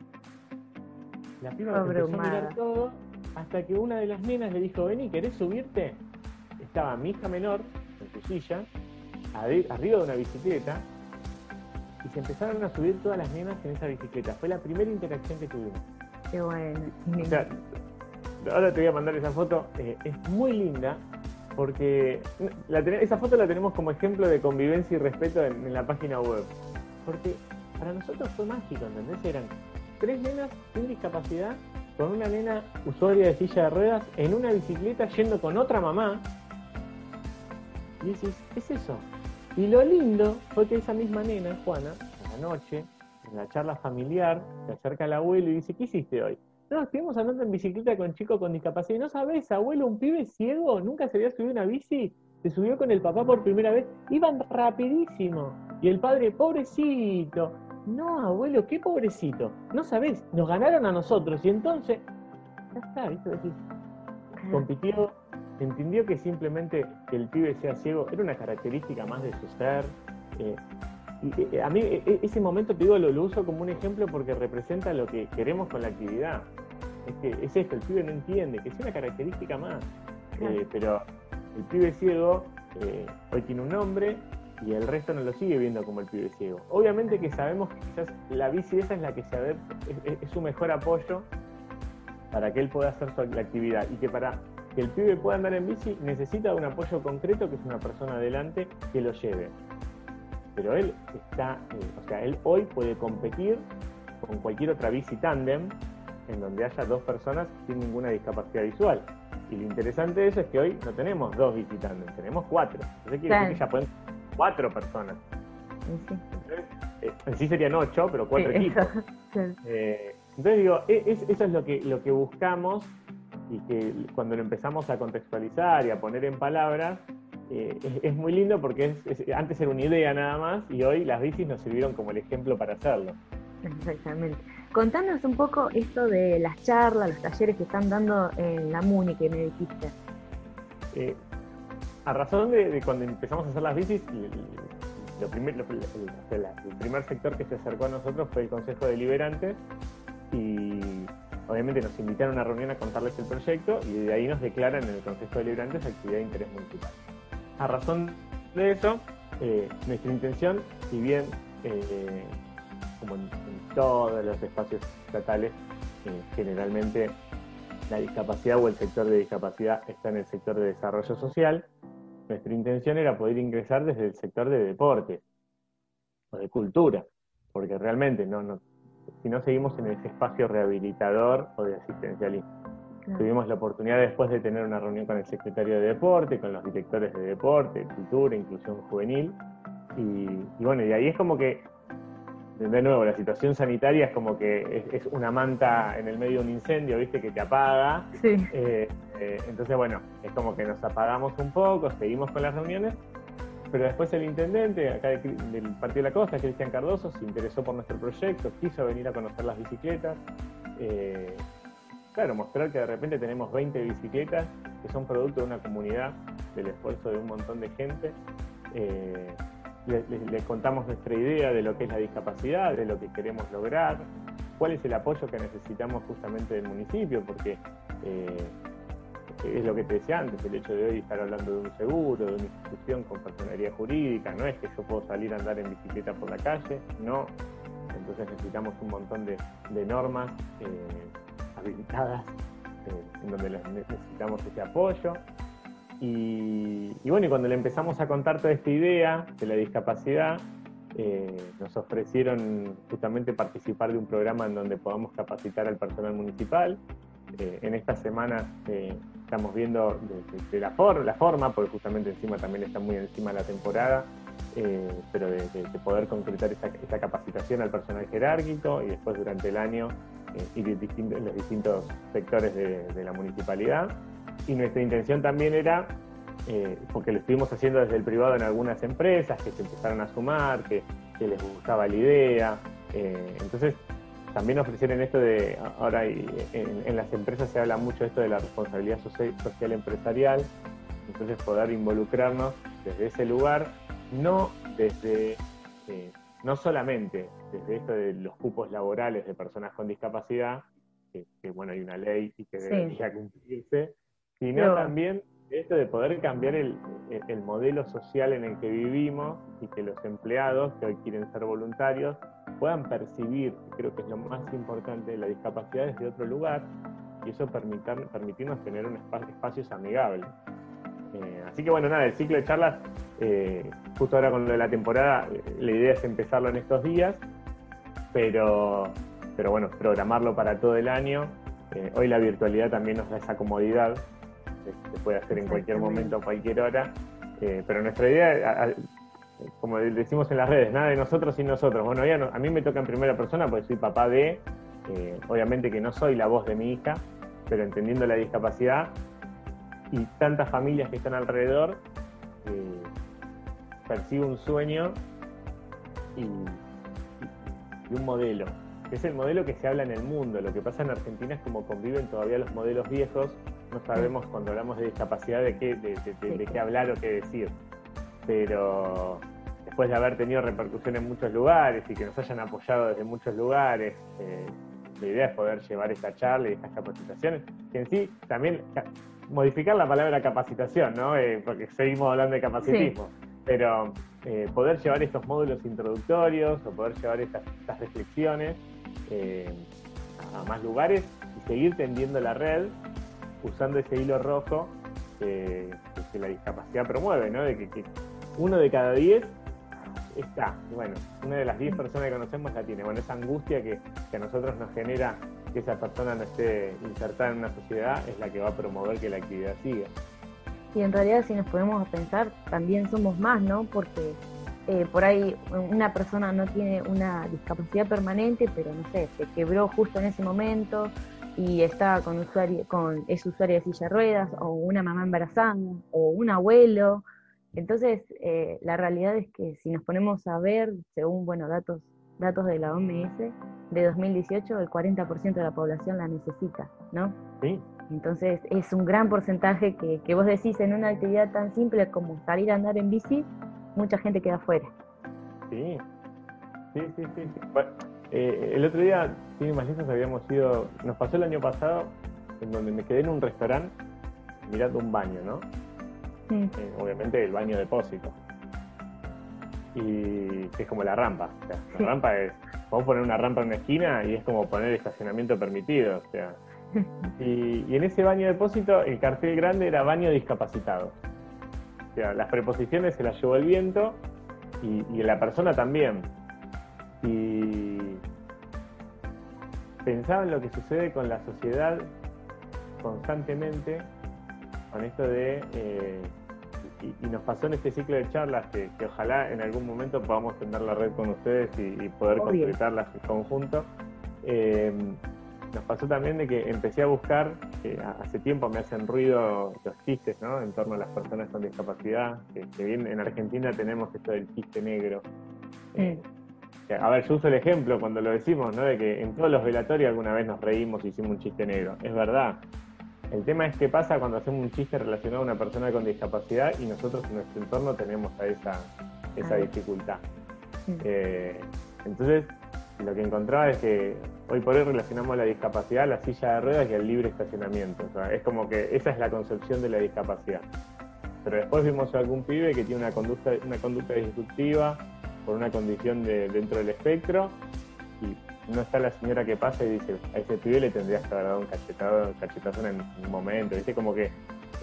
la piba empezó a mirar todo, hasta que una de las nenas le dijo, vení, ¿querés subirte? Estaba mi hija menor, en su silla, arriba de una bicicleta, y se empezaron a subir todas las nenas en esa bicicleta. Fue la primera interacción que tuvimos. Qué bueno. O sea, ahora te voy a mandar esa foto, es muy linda, porque esa foto la tenemos como ejemplo de convivencia y respeto en la página web. Porque para nosotros fue mágico, ¿entendés? Eran 3 nenas sin discapacidad, con una nena usuaria de silla de ruedas, en una bicicleta yendo con otra mamá. Y dices, es eso. Y lo lindo fue que esa misma nena, Juana, en la noche, en la charla familiar, se acerca al abuelo y dice, ¿qué hiciste hoy? No, estuvimos andando en bicicleta con chicos con discapacidad. Y no sabés, abuelo, un pibe ciego, nunca se había subido una bici, se subió con el papá por primera vez, iban rapidísimo. Y el padre, pobrecito. No, abuelo, qué pobrecito. No sabés, nos ganaron a nosotros. Y entonces, ya está, ¿viste? Decís, compitió, entendió que simplemente que el pibe sea ciego era una característica más de su ser. Y a mí ese momento, te digo, lo uso como un ejemplo porque representa lo que queremos con la actividad. Es que es esto, el pibe no entiende, que es una característica más. Pero el pibe ciego hoy tiene un nombre y el resto no lo sigue viendo como el pibe ciego. Obviamente que sabemos que quizás la bici esa es la que es su mejor apoyo para que él pueda hacer la actividad, y que para que el pibe pueda andar en bici necesita un apoyo concreto, que es una persona adelante que lo lleve. Pero él él hoy puede competir con cualquier otra bici tándem en donde haya 2 personas sin ninguna discapacidad visual. Y lo interesante de eso es que hoy no tenemos 2 bici tándem, tenemos 4. Entonces quiere decir que ya pueden 4 personas. Sí. Entonces, en sí serían 8, pero 4 equipos. Entonces digo, eso es lo que buscamos, y que cuando lo empezamos a contextualizar y a poner en palabras, es muy lindo porque antes era una idea nada más, y hoy las bicis nos sirvieron como el ejemplo para hacerlo. Exactamente. Contanos un poco esto de las charlas, los talleres que están dando en la MUNI, que me dijiste. A razón de cuando empezamos a hacer las bicis, el primer sector que se acercó a nosotros fue el Consejo Deliberante, y obviamente nos invitaron a una reunión a contarles el proyecto, y de ahí nos declaran en el Consejo Deliberante esa actividad de interés municipal. A razón de eso, nuestra intención, si bien como en todos los espacios estatales, generalmente la discapacidad o el sector de discapacidad está en el sector de desarrollo social, nuestra intención era poder ingresar desde el sector de deporte o de cultura, porque realmente si no seguimos en ese espacio rehabilitador o de asistencialismo. Tuvimos la oportunidad después de tener una reunión con el secretario de deporte, con los directores de deporte, cultura, inclusión juvenil, y bueno, y ahí es como que, de nuevo, la situación sanitaria es como que es una manta en el medio de un incendio, ¿viste? Que te apaga. Sí. Entonces, bueno, es como que nos apagamos un poco, seguimos con las reuniones, pero después el intendente acá del Partido de la Costa, Cristian Cardoso, se interesó por nuestro proyecto, quiso venir a conocer las bicicletas. Claro, mostrar que de repente tenemos 20 bicicletas que son producto de una comunidad, del esfuerzo de un montón de gente. Les contamos nuestra idea de lo que es la discapacidad, de lo que queremos lograr, cuál es el apoyo que necesitamos justamente del municipio, porque es lo que te decía antes, el hecho de hoy estar hablando de un seguro, de una institución con personalidad jurídica, no es que yo puedo salir a andar en bicicleta por la calle, no. Entonces necesitamos un montón de normas habilitadas en donde necesitamos ese apoyo. Y bueno, y cuando le empezamos a contar toda esta idea de la discapacidad, nos ofrecieron justamente participar de un programa en donde podamos capacitar al personal municipal. En esta semana estamos viendo de la forma, porque justamente encima también está muy encima la temporada, pero de poder concretar esa capacitación al personal jerárquico y después durante el año ir en los distintos sectores de la municipalidad. Y nuestra intención también era, porque lo estuvimos haciendo desde el privado en algunas empresas que se empezaron a sumar, que les gustaba la idea, entonces también ofrecieron esto de, ahora en las empresas se habla mucho de esto de la responsabilidad social empresarial, entonces poder involucrarnos desde ese lugar, no solamente desde esto de los cupos laborales de personas con discapacidad, que bueno, hay una ley y que debería cumplirse, sino también esto de poder cambiar el modelo social en el que vivimos y que los empleados que hoy quieren ser voluntarios puedan percibir, creo que es lo más importante, la discapacidad desde otro lugar, y eso permitirnos tener espacios amigables. Así que bueno, nada, el ciclo de charlas, justo ahora con lo de la temporada, la idea es empezarlo en estos días, pero bueno, programarlo para todo el año. Hoy la virtualidad también nos da esa comodidad, se puede hacer en cualquier momento, a cualquier hora, pero nuestra idea, como decimos en las redes, nada de nosotros sin nosotros. Bueno, a mí me toca en primera persona porque soy papá obviamente que no soy la voz de mi hija, pero entendiendo la discapacidad y tantas familias que están alrededor, percibo un sueño y un modelo. Es el modelo que se habla en el mundo. Lo que pasa en Argentina es como conviven todavía los modelos viejos. No sabemos cuando hablamos de discapacidad de qué hablar o qué decir. Pero después de haber tenido repercusión en muchos lugares y que nos hayan apoyado desde muchos lugares, la idea es poder llevar esta charla y estas capacitaciones, que en sí también modificar la palabra capacitación, ¿no? Porque seguimos hablando de capacitismo, pero poder llevar estos módulos introductorios o poder llevar estas reflexiones a más lugares y seguir tendiendo la red usando ese hilo rojo que la discapacidad promueve, ¿no? De que 1 de cada 10 está, bueno, una de las 10 personas que conocemos la tiene. Bueno, esa angustia que a nosotros nos genera que esa persona no esté insertada en una sociedad es la que va a promover que la actividad siga. Y en realidad, si nos ponemos a pensar, también somos más, ¿no? Porque por ahí una persona no tiene una discapacidad permanente, pero no sé, se quebró justo en ese momento y está es usuaria de silla de ruedas, o una mamá embarazada, o un abuelo. Entonces, la realidad es que si nos ponemos a ver, según datos de la OMS, de 2018, el 40% de la población la necesita, ¿no? Sí. Entonces, es un gran porcentaje que vos decís en una actividad tan simple como salir a andar en bici, mucha gente queda fuera. Sí. Bueno, el otro día, sin ir más lejos, nos pasó el año pasado, en donde me quedé en un restaurante mirando un baño, ¿no? Obviamente el baño depósito. Y es como la rampa. O sea, la rampa es, vamos a poner una rampa en una esquina y es como poner estacionamiento permitido. O sea. Y en ese baño depósito el cartel grande era baño discapacitado. O sea, las preposiciones se las llevó el viento y la persona también. Y pensaba en lo que sucede con la sociedad constantemente, con esto de y nos pasó en este ciclo de charlas que ojalá en algún momento podamos tener la red con ustedes y poder concretarlas en conjunto. Nos pasó también de que empecé a buscar, hace tiempo me hacen ruido los chistes, ¿no? En torno a las personas con discapacidad, que bien en Argentina tenemos esto del chiste negro. A ver, yo uso el ejemplo cuando lo decimos, ¿no? De que en todos los velatorios alguna vez nos reímos y hicimos un chiste negro. Es verdad. El tema es qué pasa cuando hacemos un chiste relacionado a una persona con discapacidad y nosotros en nuestro entorno tenemos esa dificultad. Entonces, Y lo que encontraba es que hoy por hoy relacionamos la discapacidad a la silla de ruedas y al libre estacionamiento. O sea, es como que esa es la concepción de la discapacidad. Pero después vimos a algún pibe que tiene una conducta disruptiva por una condición dentro del espectro, y no está la señora que pasa y dice, a ese pibe le tendrías que haber dado un cachetazo en un momento, ¿viste? Como que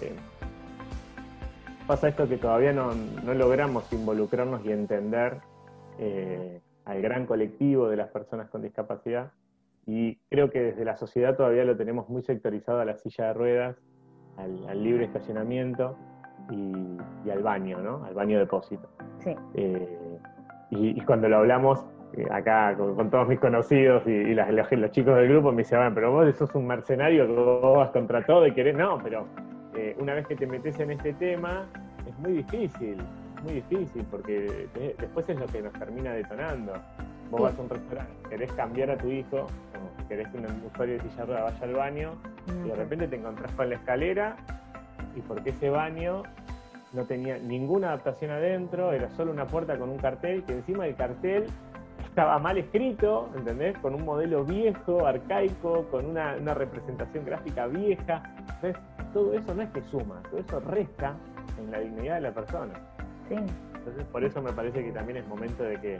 pasa esto que todavía no logramos involucrarnos y entender al gran colectivo de las personas con discapacidad, y creo que desde la sociedad todavía lo tenemos muy sectorizado a la silla de ruedas, al libre estacionamiento y al baño, ¿no? Al baño depósito. Sí. Y cuando lo hablamos acá con todos mis conocidos y los chicos del grupo, me decían, pero vos sos un mercenario, que vos vas contra todo y querés... No, pero una vez que te metes en este tema, es muy difícil, porque después es lo que nos termina detonando. Vos vas a un restaurante, querés cambiar a tu hijo, o querés que un usuario de silla de ruedas vaya al baño, y de repente te encontrás con la escalera, y porque ese baño no tenía ninguna adaptación adentro, era solo una puerta con un cartel, que encima del cartel estaba mal escrito, ¿entendés? Con un modelo viejo, arcaico, con una representación gráfica vieja. Entonces, todo eso no es que suma, todo eso resta en la dignidad de la persona. Sí. Entonces, por eso me parece que también es momento de que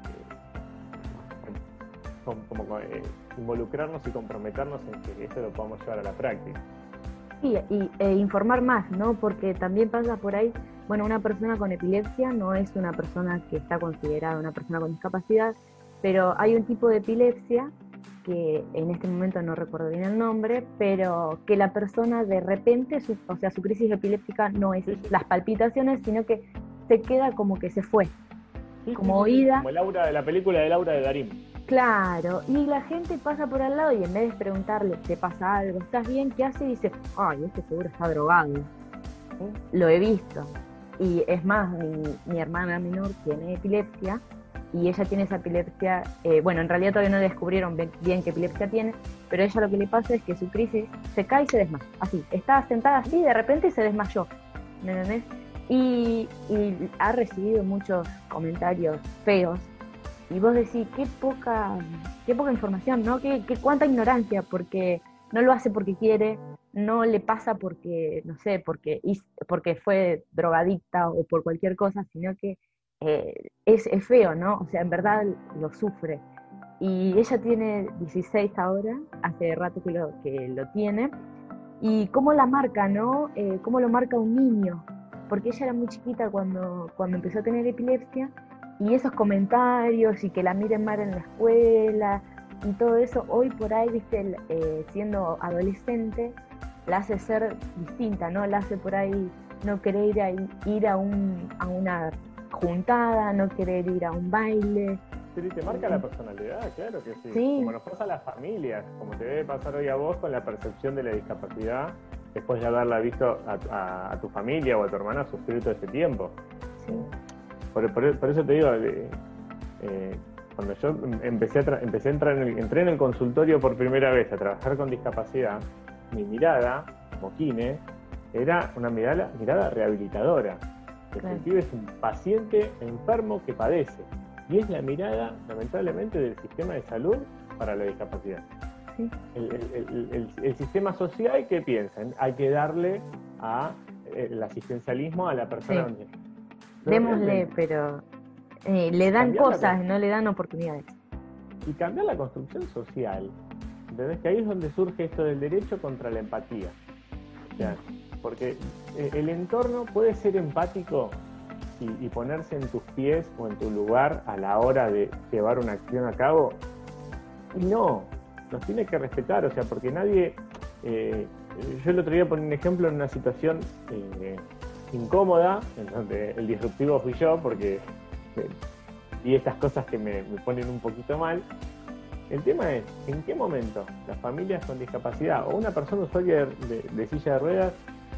involucrarnos y comprometernos en que esto lo podamos llevar a la práctica. Sí, e informar más, ¿no? Porque también pasa por ahí, bueno, una persona con epilepsia no es una persona que está considerada una persona con discapacidad, pero hay un tipo de epilepsia que en este momento no recuerdo bien el nombre, pero que la persona de repente, o sea, su crisis epiléptica no es las palpitaciones, sino que se queda como que se fue, como oída. Como el aura de la película del aura de Darín. Claro, y la gente pasa por al lado y en vez de preguntarle, ¿te pasa algo? ¿Estás bien? ¿Qué hace? Y dice, ay, este seguro está drogado. Lo he visto. Y es más, mi hermana menor tiene epilepsia y ella tiene esa epilepsia, bueno, en realidad todavía no descubrieron bien qué epilepsia tiene, pero ella lo que le pasa es que su crisis se cae y se desmaya, así, está sentada así y de repente se desmayó, ¿me entendés? Y ha recibido muchos comentarios feos. Y vos decís, qué poca información, ¿no? Qué cuánta ignorancia, porque no lo hace porque quiere, no le pasa porque, no sé, porque fue drogadicta o por cualquier cosa, sino que es feo, ¿no? O sea, en verdad lo sufre. Y ella tiene 16 ahora, hace rato que lo tiene, y cómo la marca, ¿no? Cómo lo marca un niño, porque ella era muy chiquita cuando empezó a tener epilepsia, y esos comentarios y que la miren mal en la escuela y todo eso, hoy por ahí, viste, siendo adolescente, la hace ser distinta, ¿no? La hace por ahí no querer ir a una juntada, no querer ir a un baile. Sí, te marca la personalidad, claro que sí. Sí. Como nos pasa a las familias, como te debe pasar hoy a vos con la percepción de la discapacidad, después de haberla visto a tu familia o a tu hermana sufrir todo ese tiempo. Sí. Por eso te digo, cuando yo entré en el consultorio por primera vez a trabajar con discapacidad, mi mirada, como Kine, era una mirada rehabilitadora. El pibe es un paciente enfermo que padece. Y es la mirada, lamentablemente, del sistema de salud para la discapacidad. Sí. El sistema social, ¿qué piensan? Hay que darle el asistencialismo a la persona. Sí. Démosle, pero le dan cosas, no le dan oportunidades. Y cambiar la construcción social. ¿Entendés? Que ahí es donde surge esto del derecho contra la empatía. O sea, porque el entorno puede ser empático y ponerse en tus pies o en tu lugar a la hora de llevar una acción a cabo. Y no, nos tiene que respetar, o sea, porque nadie... yo el otro día ponía un ejemplo en una situación incómoda, en donde el disruptivo fui yo, porque y estas cosas que me ponen un poquito mal. El tema es, ¿en qué momento las familias con discapacidad o una persona usuaria de silla de ruedas,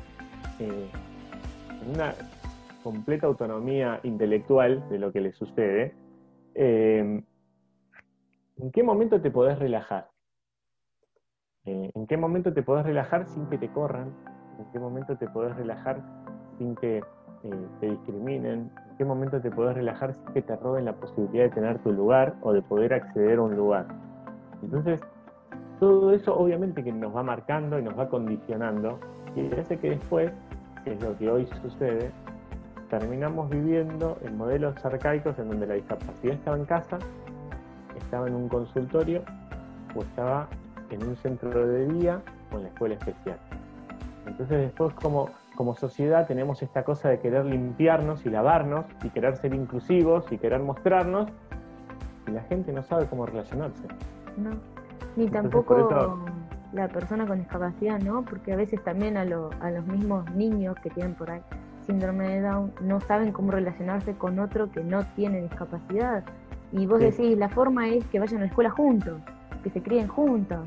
en una completa autonomía intelectual de lo que le sucede, ¿en qué momento te podés relajar? ¿En qué momento te podés relajar sin que te corran? ¿En qué momento te podés relajar sin que te discriminen, en qué momento te podés relajar sin que te roben la posibilidad de tener tu lugar o de poder acceder a un lugar. Entonces, todo eso obviamente que nos va marcando y nos va condicionando y hace que después, que es lo que hoy sucede, terminamos viviendo en modelos arcaicos en donde la discapacidad estaba en casa, estaba en un consultorio o estaba en un centro de día o en la escuela especial. Entonces después como sociedad tenemos esta cosa de querer limpiarnos y lavarnos y querer ser inclusivos y querer mostrarnos y la gente no sabe cómo relacionarse. No, ni tampoco la persona con discapacidad, ¿no? Porque a veces también a los mismos niños que tienen por ahí síndrome de Down no saben cómo relacionarse con otro que no tiene discapacidad. Y vos decís, la forma es que vayan a la escuela juntos, que se críen juntos.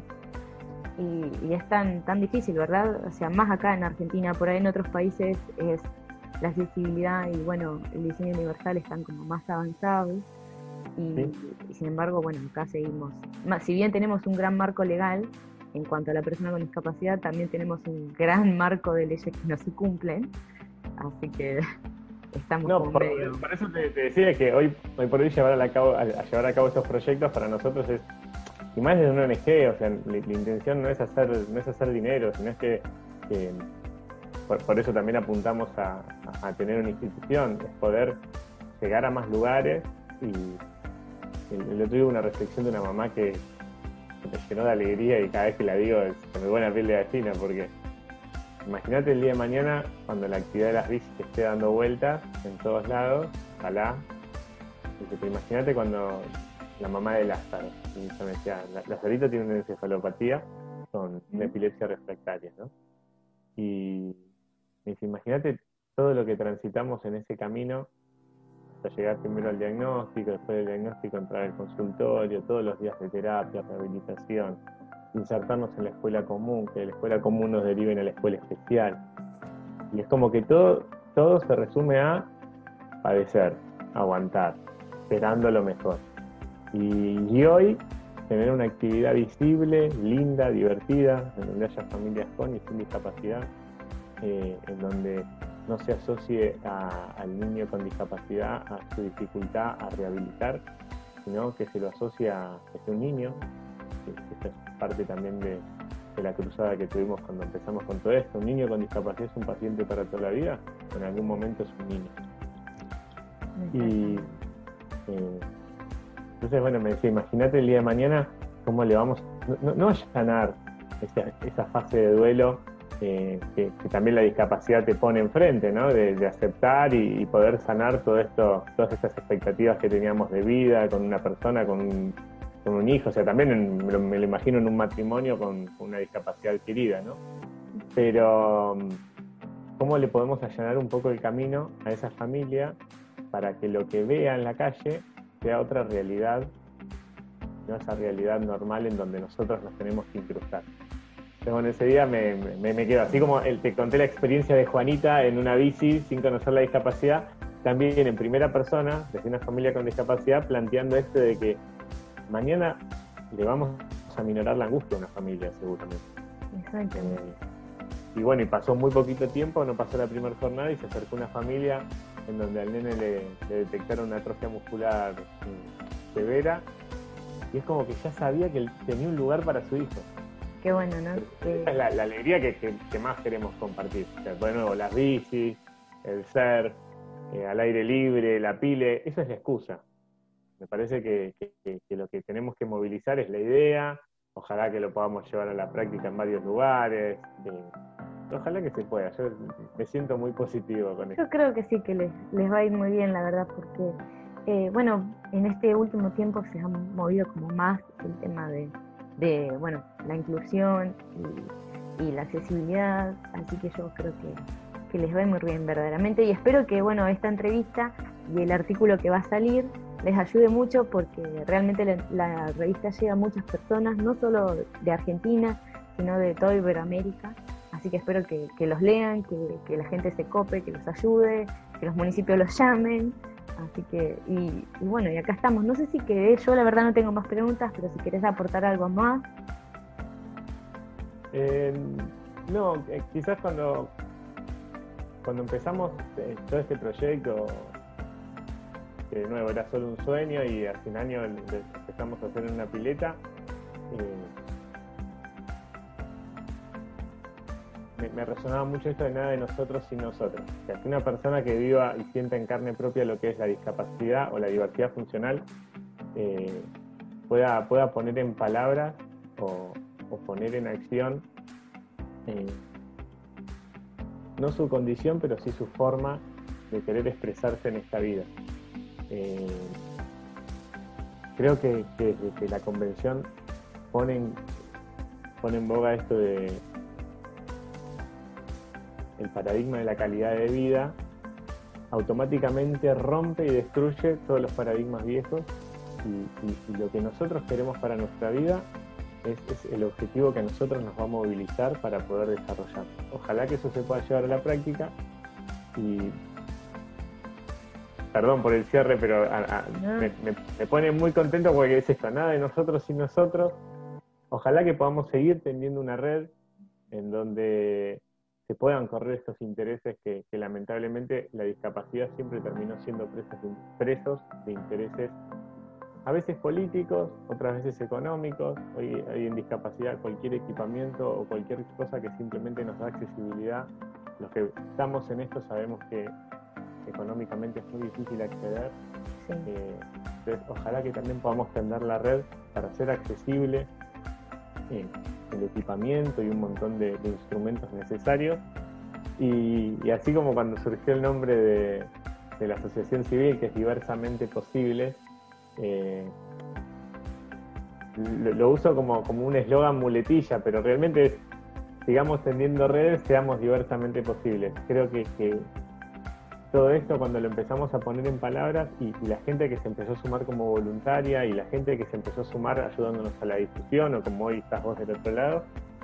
Y es tan difícil, ¿verdad? O sea, más acá en Argentina, por ahí en otros países es la accesibilidad y bueno, el diseño universal están como más avanzados. Y sin embargo, bueno, acá seguimos. Si bien tenemos un gran marco legal en cuanto a la persona con discapacidad, también tenemos un gran marco de leyes que no se cumplen. Así que estamos como medio... Por eso te decía que hoy por hoy llevar a cabo estos proyectos para nosotros es, y más desde una ONG, o sea, la intención no es hacer dinero, sino es que por eso también apuntamos a tener una institución, es poder llegar a más lugares. Y el otro día hubo una reflexión de una mamá que me llenó de alegría y cada vez que la digo se me pone la piel de gallina, porque imagínate el día de mañana cuando la actividad de las bicis te esté dando vueltas en todos lados, ojalá. Imagínate cuando la mamá de Lázaro, y yo me decía, Lazarito tiene una encefalopatía con una epilepsia refractaria, ¿no? Y me dice, imagínate todo lo que transitamos en ese camino hasta llegar primero al diagnóstico, después del diagnóstico entrar al consultorio, todos los días de terapia, rehabilitación, insertarnos en la escuela común, que de la escuela común nos deriven a la escuela especial. Y es como que todo se resume a padecer, aguantar, esperando lo mejor. Y hoy tener una actividad visible, linda, divertida, en donde haya familias con y sin discapacidad, en donde no se asocie al niño con discapacidad a su dificultad a rehabilitar, sino que se lo asocie a que es un niño. Esta es parte también de la cruzada que tuvimos cuando empezamos con todo esto. Un niño con discapacidad es un paciente para toda la vida, o en algún momento es un niño. Entonces, bueno, me decía, imagínate el día de mañana cómo le vamos, no allanar esa fase de duelo que también la discapacidad te pone enfrente, ¿no? De aceptar y poder sanar todas estas expectativas que teníamos de vida con una persona, con un hijo, o sea, también me lo imagino en un matrimonio con una discapacidad adquirida, ¿no? Pero ¿cómo le podemos allanar un poco el camino a esa familia para que lo que vea en la calle sea otra realidad, no esa realidad normal en donde nosotros nos tenemos que incrustar? Entonces, bueno, ese día me quedo, así como te conté la experiencia de Juanita en una bici sin conocer la discapacidad, también en primera persona, desde una familia con discapacidad, planteando esto de que mañana le vamos a minorar la angustia a una familia, seguramente. Exactamente. Y bueno, y pasó muy poquito tiempo, no pasó la primera jornada y se acercó una familia en donde al nene le detectaron una atrofia muscular severa, y es como que ya sabía que tenía un lugar para su hijo. Qué bueno, ¿no? Esa es la alegría que más queremos compartir. O sea, de nuevo, las bicis, el surf, al aire libre, la pile, eso es la excusa. Me parece que lo que tenemos que movilizar es la idea, ojalá que lo podamos llevar a la práctica en varios lugares, ojalá que se pueda. Yo me siento muy positivo con esto. Yo creo que sí, que les va a ir muy bien, la verdad, porque, bueno, en este último tiempo se ha movido como más el tema de bueno, la inclusión y la accesibilidad, así que yo creo que les va a ir muy bien verdaderamente, y espero que, bueno, esta entrevista y el artículo que va a salir les ayude mucho, porque realmente la revista llega a muchas personas, no solo de Argentina, sino de toda Iberoamérica, así que espero que los lean, que la gente se cope, que los ayude, que los municipios los llamen, así que, y bueno, y acá estamos. No sé si querés, yo la verdad no tengo más preguntas, pero si querés aportar algo más. No, quizás cuando cuando empezamos todo este proyecto, que de nuevo era solo un sueño y hace un año empezamos a hacer en una pileta, me resonaba mucho esto de nada de nosotros sin nosotros. O sea, que una persona que viva y sienta en carne propia lo que es la discapacidad o la diversidad funcional pueda poner en palabras o poner en acción no su condición, pero sí su forma de querer expresarse en esta vida. Creo que la convención pone en boga esto de el paradigma de la calidad de vida, automáticamente rompe y destruye todos los paradigmas viejos y lo que nosotros queremos para nuestra vida es el objetivo que a nosotros nos va a movilizar para poder desarrollar. Ojalá que eso se pueda llevar a la práctica y perdón por el cierre, pero me pone muy contento porque es esto, nada de nosotros sin nosotros. Ojalá que podamos seguir teniendo una red en donde se puedan correr estos intereses que lamentablemente la discapacidad siempre terminó siendo presos de intereses a veces políticos, otras veces económicos. Hoy en discapacidad cualquier equipamiento o cualquier cosa que simplemente nos da accesibilidad, los que estamos en esto sabemos que económicamente es muy difícil acceder. Sí. Entonces ojalá que también podamos tender la red para hacer accesible el equipamiento y un montón de instrumentos necesarios y así como cuando surgió el nombre de la asociación civil, que es Diversamente Posible, lo uso como un eslogan muletilla, pero realmente es sigamos tendiendo redes, seamos diversamente posibles. Creo que todo esto cuando lo empezamos a poner en palabras y la gente que se empezó a sumar como voluntaria y la gente que se empezó a sumar ayudándonos a la discusión o como hoy estás vos del otro lado,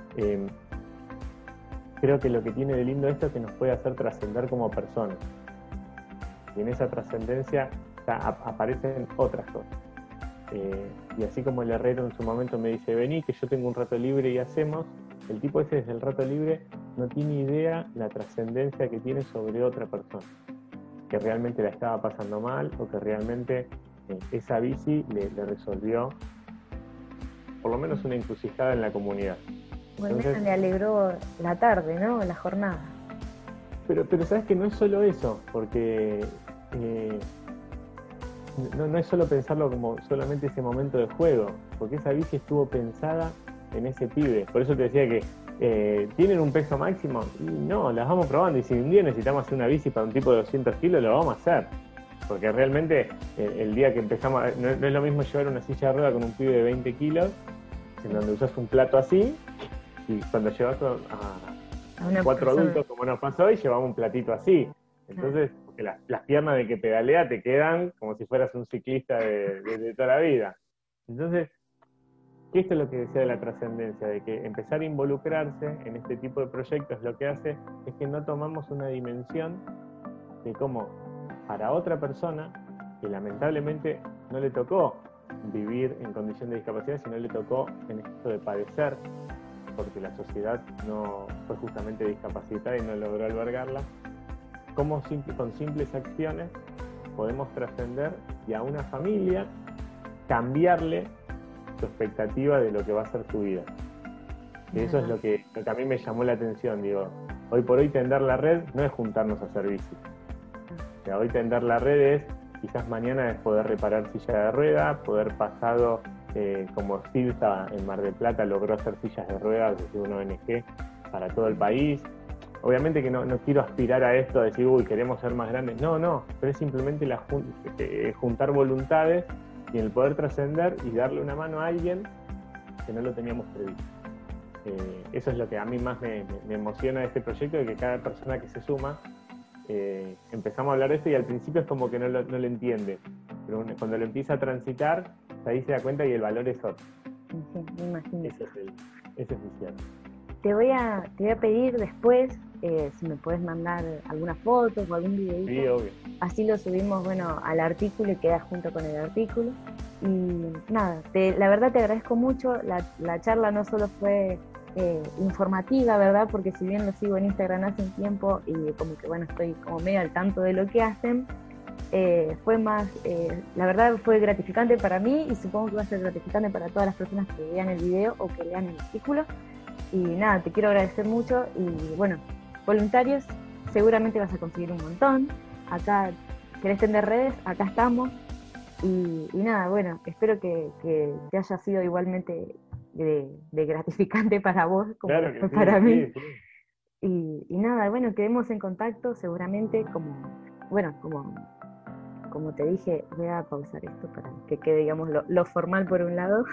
creo que lo que tiene de lindo esto es que nos puede hacer trascender como personas y en esa trascendencia aparecen otras cosas y así como el herrero en su momento me dice vení que yo tengo un rato libre y hacemos, el tipo ese desde el rato libre no tiene idea la trascendencia que tiene sobre otra persona que realmente la estaba pasando mal o que realmente esa bici le resolvió por lo menos una encrucijada en la comunidad. Bueno, le alegró la tarde, ¿no? La jornada. Pero sabes que no es solo eso, porque no es solo pensarlo como solamente ese momento de juego, porque esa bici estuvo pensada en ese pibe. Por eso te decía que ¿tienen un peso máximo? Y no, las vamos probando. Y si un día necesitamos hacer una bici para un tipo de 200 kilos, lo vamos a hacer. Porque realmente el día que empezamos, no es lo mismo llevar una silla de rueda con un pibe de 20 kilos, en donde usas un plato así, y cuando llevas a 4 adultos, como nos pasó hoy, llevamos un platito así. Entonces, porque las piernas de que pedalea te quedan como si fueras un ciclista de toda la vida. Entonces, esto es lo que decía de la trascendencia, de que empezar a involucrarse en este tipo de proyectos lo que hace es que no tomamos una dimensión de cómo para otra persona, que lamentablemente no le tocó vivir en condición de discapacidad, sino le tocó en esto de padecer, porque la sociedad no fue justamente discapacitada y no logró albergarla, cómo con simples acciones podemos trascender y a una familia cambiarle su expectativa de lo que va a ser su vida. Y eso es lo que a mí me llamó la atención. Digo, hoy por hoy tender la red no es juntarnos a hacer bici. O sea, hoy tender la red es quizás mañana es poder reparar silla de rueda, poder pasado como Silsa en Mar del Plata logró hacer sillas de ruedas desde una ONG para todo el país. Obviamente que no quiero aspirar a esto, a decir, uy, queremos ser más grandes. No, pero es simplemente juntar voluntades y el poder trascender y darle una mano a alguien que no lo teníamos previsto. Eso es lo que a mí más me emociona de este proyecto, de que cada persona que se suma, empezamos a hablar de esto y al principio es como que no lo entiende, pero cuando lo empieza a transitar, ahí se da cuenta y el valor es otro. Sí, me imagino. Ese es mi cierre. Te voy a pedir después si me puedes mandar alguna foto o algún videito. Sí, obvio. Así lo subimos, al artículo y queda junto con el artículo. Y nada, la verdad te agradezco mucho. La charla no solo fue informativa, ¿verdad? Porque si bien lo sigo en Instagram hace un tiempo y como que bueno, estoy como medio al tanto de lo que hacen, fue más, la verdad fue gratificante para mí y supongo que va a ser gratificante para todas las personas que vean el video o que lean el artículo. Y nada, te quiero agradecer mucho y bueno, voluntarios seguramente vas a conseguir un montón. Acá, querés tener redes, acá estamos. Y nada, bueno, espero que te haya sido igualmente de gratificante para vos como lo Claro que fue para sí, mí. sí, sí. Y nada, bueno, quedemos en contacto seguramente bueno, como te dije, voy a pausar esto para que quede, digamos, lo formal por un lado.